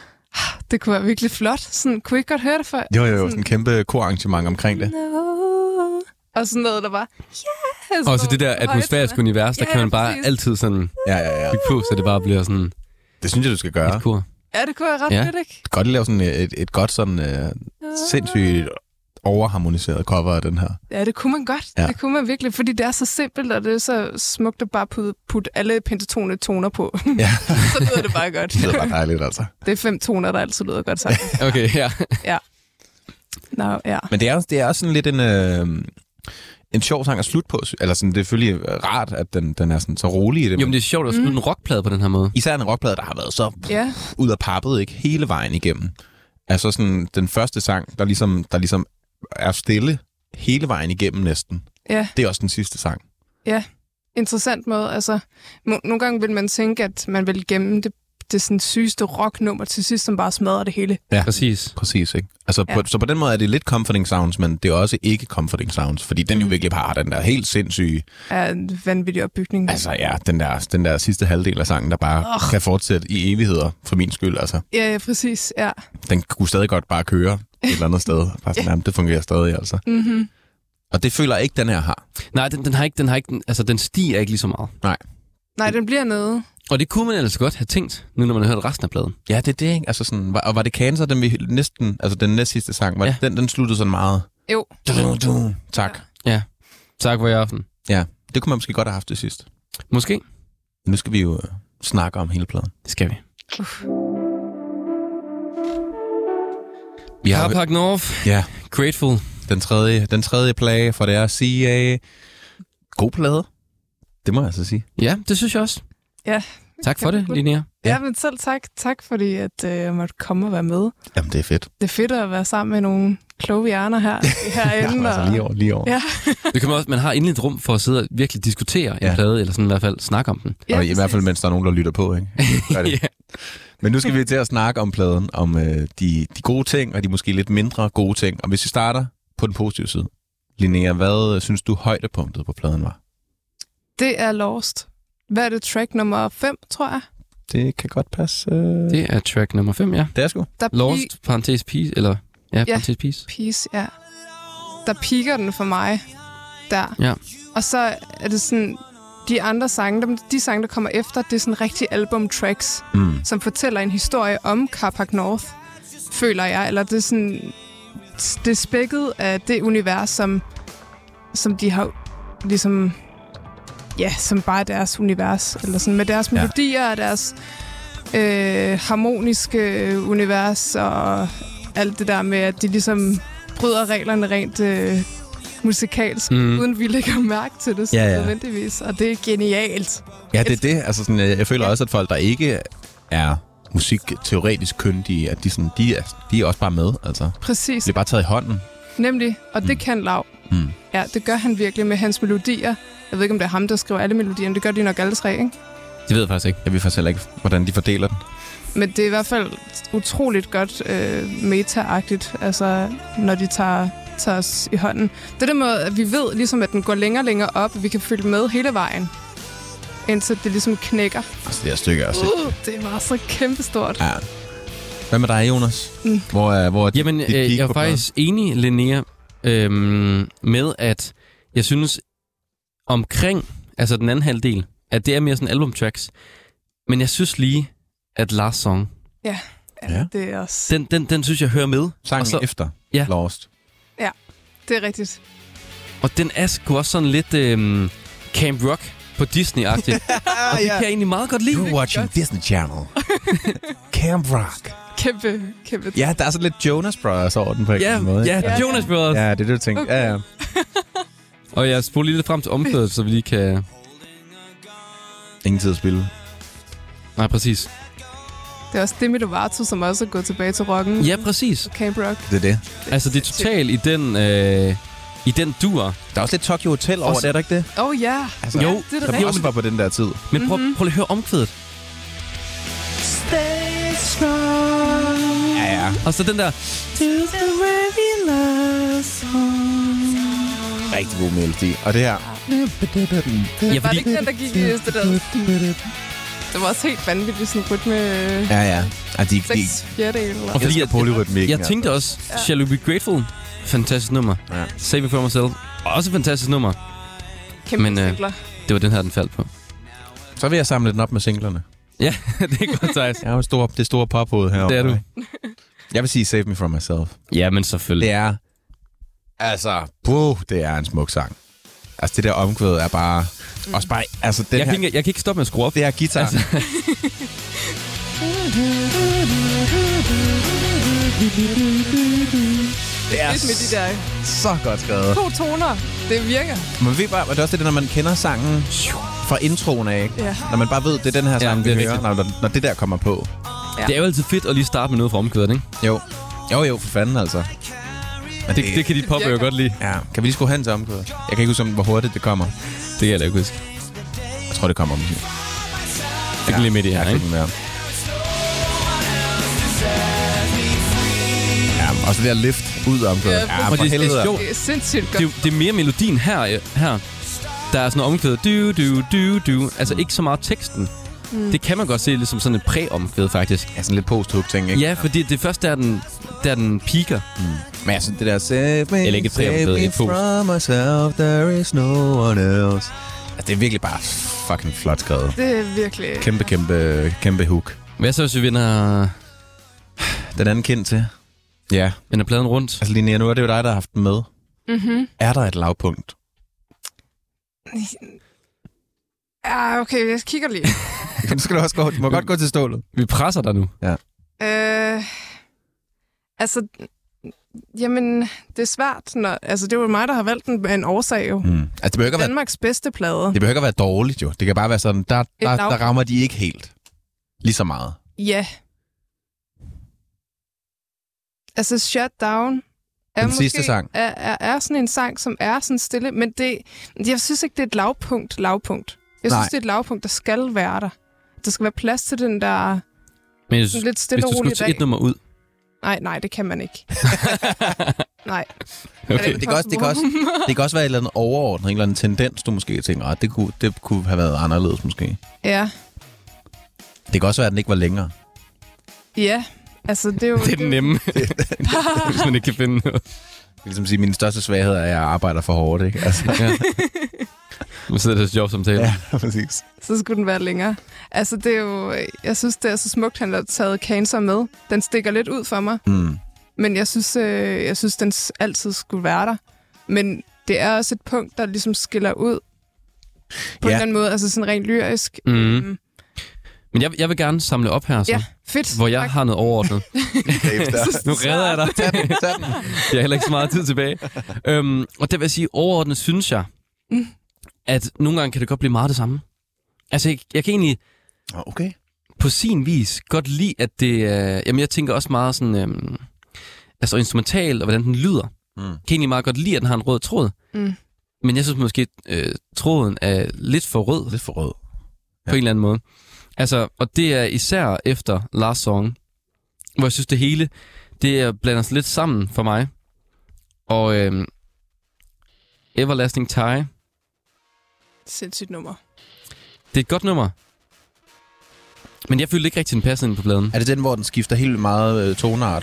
Det kunne være virkelig flot. Sådan, kunne I ikke godt høre det før? Jo, jo, jo. Sådan en kæmpe korarrangement omkring det. No. Og sådan noget, der bare... Yes! Og så det der atmosfæriske univers, der Ja, kan man bare præcis. altid sådan Ja, ja, ja. bygge på, så det bare bliver sådan Det synes jeg, du skal gøre. et kur. Ja, det kunne jeg ret Ja. fedt, ikke? Godt at lave sådan et, et godt, sådan uh, sindssygt overharmoniseret cover af den her. Ja, det kunne man godt. Ja. Ja. Det kunne man virkelig, fordi det er så simpelt, og det er så smukt at bare putte, putte alle pentatone toner på. Ja, Så lyder det bare godt. det er bare dejligt, altså. Det er fem toner, der altid lyder godt sammen. Okay, ja. Nå, ja. Men det er, det er sådan lidt en, øh, en sjov sang at slutte på. Eller sådan, det er selvfølgelig rart, at den, den er sådan så rolig i det. Jo, men det er sjovt at slutte en rockplade på den her måde. Især en rockplade, der har været så Ja, ud af pappet, ikke? Hele vejen igennem. Altså sådan den første sang, der ligesom, der ligesom er stille hele vejen igennem næsten. ja, Det er også den sidste sang. ja. Interessant måde. Altså, no- nogle gange vil man tænke, at man vil gemme det, det sådan sygeste rocknummer til sidst, som bare smadrer det hele. Ja. Præcis. Præcis, ikke? Altså, Ja. på, så på den måde er det lidt comforting sounds, men det er også ikke comforting sounds, fordi den jo Mm. virkelig bare har den der helt sindssyge, Er en vanvittig opbygning. altså ja, den der, den der sidste halvdel af sangen, der bare Ugh. kan fortsætte i evigheder, for min skyld, altså. Ja, ja, præcis. Ja. Den kunne stadig godt bare køre et eller andet sted. Bare sådan, jamen, det fungerer stadig, altså. Mm-hmm. Og det føler jeg ikke, den her har. Nej, den, den har ikke, den har ikke, altså den stiger ikke lige så meget. Nej, den bliver nede. Og det kunne man ellers godt have tænkt, nu når man har hørt resten af pladen. Ja, det er det, ikke? Altså sådan, var- og var det Cancer, den vi næsten, altså den næst sidste sang, var Ja. ja. den, den sluttede sådan meget... Jo. Du, du, du. Tak. Ja. Tak for i aften. Ja, det kunne man måske godt have haft det sidst. Måske. Nu skal vi jo øh, snakke om hele pladen. Det skal vi. Uff. Vi har Carpark North. Ja, Grateful. den tredje, den tredje plage for det er C A. God plade. Det må jeg altså sige. Ja, det synes jeg også. Ja. Tak for det, Linnea. Ja, Ja. men selv tak. Tak fordi, at øh, jeg måtte komme og være med. Jamen, det er fedt. Det er fedt at være sammen med nogle kloge hjerner her, herinde. Ja, altså lige over, lige over. Ja. Det kan man, også, man har endelig et rum for at sidde og virkelig diskutere Ja. en plade, eller sådan i hvert fald snakke om den. Ja, Og i hvert fald, præcis. mens der er nogen, der lytter på, ikke? Gør det. Ja. Men nu skal vi til at snakke om pladen, om øh, de, de gode ting, og de måske lidt mindre gode ting. Og hvis vi starter på den positive side. Linnea, hvad øh, synes du højdepunktet på pladen var? Det er Lost. Hvad er det? Track nummer fem, tror jeg? Det kan godt passe. Øh... Det er track nummer fem, ja. Det er sgu. Der Lost, parentes peace, eller... Ja, Ja. parentes peace. Peace, ja. Der piker den for mig. Der. Ja. Og så er det sådan... De andre sange, de, de sange, der kommer efter, det er sådan rigtig album-tracks, Mm. som fortæller en historie om Carpark North, føler jeg. Eller det er sådan... Det er spækket af det univers, som, som de har ligesom... Ja, som bare er deres univers. Eller sådan med deres Ja. melodier og deres øh, harmoniske univers og alt det der med, at de ligesom bryder reglerne rent øh, musikalsk, Mm. mm. uden vi lægger mærke til det Ja, ja. nødvendigvis. Og det er genialt. Ja, det er det. Altså, sådan, jeg jeg føler ja. også, at folk, der ikke er musikteoretisk kyndige, at de, sådan, de, er, de er også bare med. Altså, de Præcis. bliver bare taget i hånden. Nemlig. Og det Mm. kan Lav. Mm. Ja, det gør han virkelig med hans melodier. Jeg ved ikke, om det er ham, der skriver alle melodierne. Det gør de nok alle tre, ikke? Det ved jeg faktisk ikke. Jeg ved faktisk heller ikke, hvordan de fordeler den. Men det er i hvert fald utroligt godt øh, meta-agtigt, altså når de tager, tager os i hånden. Det der med, at vi ved, ligesom, at den går længere og længere op, og vi kan følge med hele vejen, indtil det ligesom knækker. Altså, det her stykke er også. Uh, det var så kæmpestort. Ja. Hvad med dig, Jonas? Mm. Hvor er, hvor er Jamen, dit øh, peak jeg er på pladen? faktisk enig, Linnea, øhm, med at jeg synes omkring, altså den anden halvdel, at det er mere sådan albumtracks. Men jeg synes lige, at Last Song, Ja, Ja. det er også... den, den, den synes jeg hører med. Sangen og så- efter Ja. Lost. Det er rigtigt. Og den er sgu også sådan lidt øhm, Camp Rock på Disney-agtig. Og det kan jeg egentlig meget godt lide. You're watching Disney Channel. Camp Rock. Kæmpe, kæmpe. Ja, der er sådan lidt Jonas Brothers over den på en Ja, yeah, måde. ja, Ja, Jonas Brothers. Ja, det er det, du tænker. Okay. Ja, ja. Og jeg spoler lige lidt frem til omkvædet, så vi lige kan... Ingen tid at spille. Nej, præcis. Det er også Demi Lovato, som også er gået tilbage til rocken. Ja, præcis. Camp Rock. Det er det. Altså, det er totalt i den... Øh, I den dur. Der er også lidt Tokyo Hotel over Også- det, er der ikke det? Åh oh, ja. Altså, Jo, det er det som rigtigt. også var på den der tid. Men prøv, prøv lige at høre omkvædet. Ja, ja. Og så den der... Rigtig god melodi. Og det her... Ja, Var det fordi... ikke den, der gik i det der? Det var også helt vanvittigt, sådan en rytme. Ja, ja. Og de, de, Seks fjerdedel. Eller? Og fordi jeg, polyrytmikken. jeg tænkte også, Shall We Be Grateful? Fantastisk nummer. Ja. Save It For Myself. Også et fantastisk nummer. Kæmpe men, øh, singler. Det var den her, den faldt på. Så vil jeg samle den op med singlerne. Ja, det er godt, Thijs. Jeg er jo stor, det store pophoved herovre. Det er du. Jeg vil sige Save Me From Myself. Ja, men selvfølgelig. Det er... Altså, puh, det er en smuk sang. Altså, det der omkvæd er bare... Mm. Også bare... Altså, den Jeg her... kan, ikke, jeg kan ikke stoppe med at skrue op. Det er guitar. Altså. Det er Lidt med de der så godt skrevet. to toner. Det virker. Man ved bare, det er også det, når man kender sangen fra introen af, ikke? Ja. Når man bare ved, det er den her sang, det er vi hører, rigtigt. når, når det der kommer på. Ja. Det er jo altid fedt at lige starte med noget fra omkvædet, ikke? Jo. Jo, jo, for fanden altså. Men Det, det kan de popper jo virker. godt lide. Ja, kan vi lige skrue hen til omkvædet? Jeg kan ikke huske, hvor hurtigt det kommer. Det kan jeg da ikke huske. Jeg tror, det kommer om lidt. Det kan lige midt i her, ikke? Ja. Ja, og så det der lift ud af omkvædet. Ja, Ja, og for det- det er helvede. sjovt. Det er sindssygt Det, godt. er jo- det er mere melodien her, øh, her. Der er sådan noget omkvædet. Du, du, du, du. Altså ikke så meget teksten. Mm. Det kan man godt se lidt som sådan et præ-omkvæd, faktisk. Ja, sådan lidt post-hook-ting, ikke? Ja, fordi det er først, der den, der den piker. Mm. Men altså, det der Save me, Eller ikke et save præomkvæd, me et post. from myself, there is no one else. Altså, det er virkelig bare fucking flot skrevet. Det er virkelig... Kæmpe, kæmpe, kæmpe hook. Hvad så, hvis vi vinder, Den anden kendt til. Ja. vinder pladen rundt? Altså, Linnea, nu er det jo dig, der har haft den med. Mhm. Er der et lavpunkt? Ja, okay, jeg kigger lige. Nu skal du også gå. Du må godt gå til stålet. Vi presser dig nu. øh, altså, jamen, det er svært. Når, altså, det er jo mig, der har valgt den med en årsag jo. Mm. Altså, det behøver ikke at være, Danmarks bedste plade. det behøver ikke at være dårligt, jo. Det kan bare være sådan, der, der, der lavpunkt. rammer de ikke helt lige så meget. Ja. Altså, Shut Down er Den måske, sidste sang. Er, er, er sådan en sang, som er sådan stille, men det, jeg synes ikke, det er et lavpunkt, lavpunkt. Jeg Nej. synes, det er et lavpunkt, der skal være der. Der skal være plads til den der Men jeg sådan synes, lidt stille hvis og du rolig skulle tage dag. et nummer ud. Nej, nej, det kan man ikke. Nej. Okay. Det kan, også, det, kan også, det kan også være et eller andet overordnet, en eller anden tendens, du måske tænker, at det kunne, det kunne have været anderledes måske. Ja. Det kan også være, at den ikke var længere. Ja. Altså, det er jo... Det er den nemme, hvis man ikke kan finde noget. Jeg vil ligesom sige, at min største svaghed er, at jeg arbejder for hårdt, ikke? Altså, Ja. Nu sidder der jobsamtale. ja, præcis. Så skulle den være længere. Altså, det er jo... Jeg synes, det er så smukt, han har taget Cancer med. Den stikker lidt ud for mig. Mm. Men jeg synes, øh, jeg synes, den s- altid skulle være der. Men det er også et punkt, der ligesom skiller ud på Ja. en eller anden måde. Altså sådan rent lyrisk. Mm. Mm. Men jeg, jeg vil gerne samle op her, så. Ja, fedt. Hvor jeg Tak. har noget overordnet. Nu redder jeg dig. Tag den, tag den. Jeg har heller ikke så meget tid tilbage. øhm, og det vil jeg sige, overordnet synes jeg, Mm. at nogle gange kan det godt blive meget det samme. Altså, jeg, jeg kan egentlig Okay. på sin vis godt lide, at det er... Jamen, jeg tænker også meget sådan... Øhm, altså, instrumental, og hvordan den lyder. Mm. Jeg kan egentlig meget godt lide, at den har en rød tråd. Mm. Men jeg synes måske, øh, tråden er lidt for rød. Lidt for rød. På en eller anden måde. Altså, og det er især efter Last Song, hvor jeg synes, det hele, det er blander sig lidt sammen for mig. Og øhm, Everlasting Tie, Sindssygt nummer. det er et godt nummer. Men jeg følte ikke rigtig, den passede ind på pladen. Er det den, hvor den skifter helt meget øh, toneart?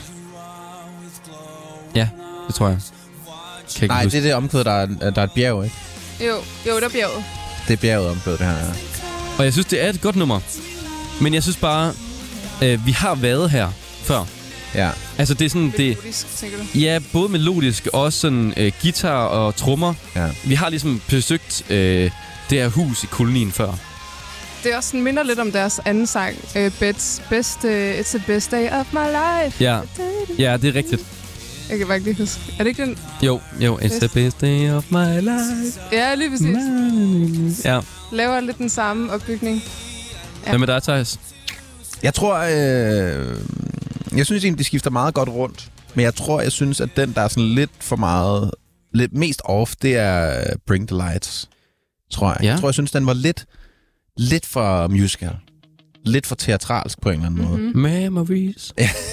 Ja, det tror jeg. Kan ikke Nej, huske. det er det omkvæd, der er, der er et bjerg, ikke? Jo, jo, der bjerget. Det er bjerget omkvæd, det her, ja. Og jeg synes, det er et godt nummer. Men jeg synes bare, øh, vi har været her før. Ja. Altså, det er sådan... Det, Melodisk, tænker du? ja, både melodisk og også sådan øh, guitar og trommer. Ja. Vi har ligesom besøgt øh, det her hus i kolonien før. Det er også sådan, minder lidt om deres anden sang, uh, Bets Best, uh, It's the Best Day of My Life. Ja, ja, det er rigtigt. Jeg kan bare ikke lige huske. Er det ikke den? Jo, jo, it's the best day of my life. Ja, lige præcis. Ja. Laver lidt den samme opbygning. Ja. Hvad med dig, Thijs? Jeg tror, øh, jeg synes egentlig, de skifter meget godt rundt. Men jeg tror, jeg synes, at den, der er sådan lidt for meget, lidt mest off, det er Bring the Lights, tror jeg. Ja. Jeg tror, jeg synes, den var lidt, lidt for musical. Lidt for teatralsk på en eller anden måde. Mm-hmm. Memories.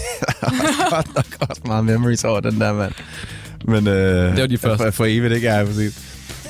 Godt nok også meget memories over den der, mand. Men, øh, det var de første. For, for evigt, ikke? Ja, præcis.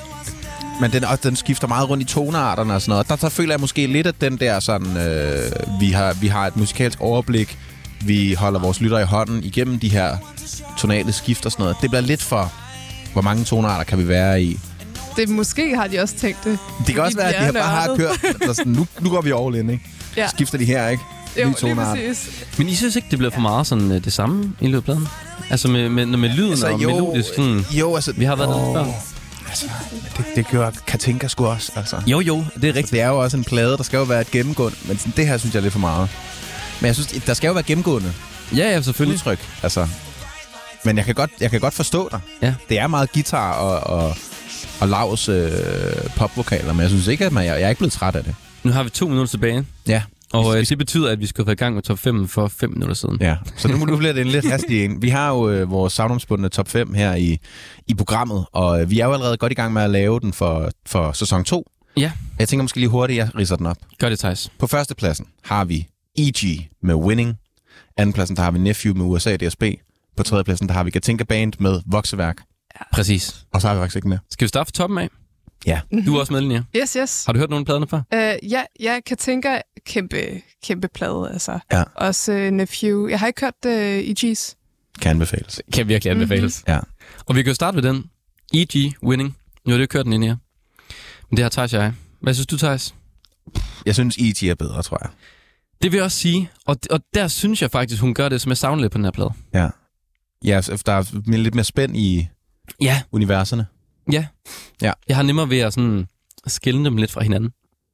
Men den, og den skifter meget rundt i tonearterne og sådan noget. Der, der føler jeg måske lidt, at den der sådan... Øh, vi, har, vi har et musikalsk overblik. Vi holder vores lytter i hånden igennem de her tonale skift og sådan noget. Det bliver lidt for... Hvor mange tonearter kan vi være i? Det måske har de også tænkt det. Det kan også være, at de har bare har nørdet. kørt... Altså, sådan, nu, nu går vi all in, ikke? Ja. Skifter de her, ikke? Jo, Nye lige tonearter. præcis. Men I synes ikke, det bliver for meget sådan øh, det samme i løbet af pladen? Altså med, med, med lyden Altså, og jo, melodisk sådan... Jo, altså... Vi har været der før. Altså, det, det gjorde Katinka sgu også, altså. Jo, jo, det er Altså, rigtigt. det er jo også en plade, der skal jo være et gennemgående, men sådan, det her synes jeg er lidt for meget. Men jeg synes, der skal jo være gennemgående Ja, ja, selvfølgelig. udtryk, altså. Men jeg kan godt, jeg kan godt forstå dig. Ja. Det er meget guitar og, og, og Lavs øh, popvokaler, men jeg synes ikke, at man, jeg, jeg er ikke blevet træt af det. Nu har vi to minutter tilbage, Ja. og øh, det betyder, at vi skal være i gang med top fem for fem minutter siden. Ja, så nu, nu bliver det en lidt hastig en. Vi har jo øh, vores savnomsbundne top fem her i, i programmet, og øh, vi er jo allerede godt i gang med at lave den for, for sæson to. Ja. Jeg tænker måske lige hurtigt, jeg ridser den op. Gør det, Thijs. På førstepladsen har vi E G med Winning. Andenpladsen, der har vi Nephew med U S A D S B. På tredjepladsen, der har vi Katinka Band med Vokseværk. Præcis. Og så har vi faktisk ikke mere. Skal vi starte fra toppen af? Ja. Du er også med, Linnea. Yes, yes. Har du hørt nogle af pladerne før? Uh, ja, jeg kan tænke kæmpe, kæmpe plade, altså. Ja. Også uh, Nephew. Jeg har ikke hørt uh, E G's. Kan anbefales. Kan virkelig anbefales. Ja. Og vi kan jo starte ved den. E G Winning. Nu har du ikke hørt den, Linnea. Men det har Thijs og jeg. Hvad synes du, Thijs? Jeg synes, E G er bedre, tror jeg. Det vil jeg også sige. Og, og der synes jeg faktisk, hun gør det, som jeg savner lidt på den her plade. Ja. Ja, der er lidt mere spænd i Ja. universerne. Ja. Ja. Jeg har nemmere ved at sådan skille dem lidt fra hinanden.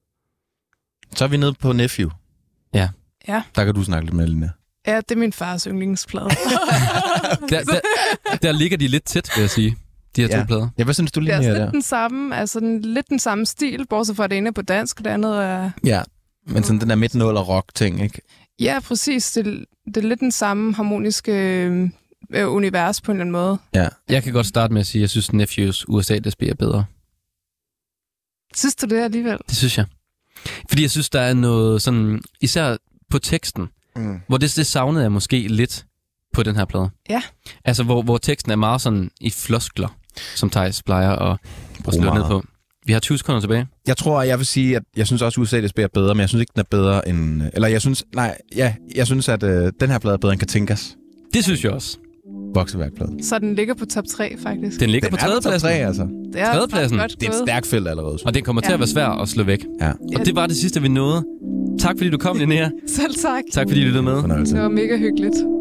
Så er vi nede på Nephew. Ja. Ja. Der kan du snakke lidt med, Lina. Ja, det er min fars yndlingsplade. Der, der, der ligger de lidt tæt, vil jeg sige. De her Ja. to plader. Ja, hvad synes du Det lige er også mere lidt der? den samme, altså den, lidt den samme stil, bortset fra at det ene er på dansk, og det andet er... Ja, men sådan den der midt-nul og rock-ting, ikke? Ja, præcis. Det, det er lidt den samme harmoniske øh, univers på en eller anden måde. Ja. Jeg kan godt starte med at sige, at jeg synes, Nephews U S A D S B er bedre. Synes du det alligevel? Det synes jeg. Fordi jeg synes, der er noget sådan, især på teksten, Mm. hvor det, det savnede jeg måske lidt på den her plade. Ja. Altså, hvor, hvor teksten er meget sådan i floskler, som Thijs plejer at, at slå meget. ned på. Vi har tyve sekunder tilbage. Jeg tror, jeg vil sige, at jeg synes også, at U S A D S B er bedre, men jeg synes ikke, den er bedre end... Eller jeg synes... Nej, ja, jeg synes, at øh, den her plade er bedre end Katinkas Det synes jeg også. vokseværkplade. Så den ligger på top tre, faktisk. Den ligger Den på er på top tredjepladsen, tre, altså. Det er tredjepladsen. ret godt Det er et gået. stærkt felt allerede. og den kommer til Ja. at være svær at slå væk. Ja. Og det var det sidste, vi nåede. Tak fordi du kom, Linnea. Selv tak. Tak fordi du lyttede med. Fornøjelse. Det var mega hyggeligt.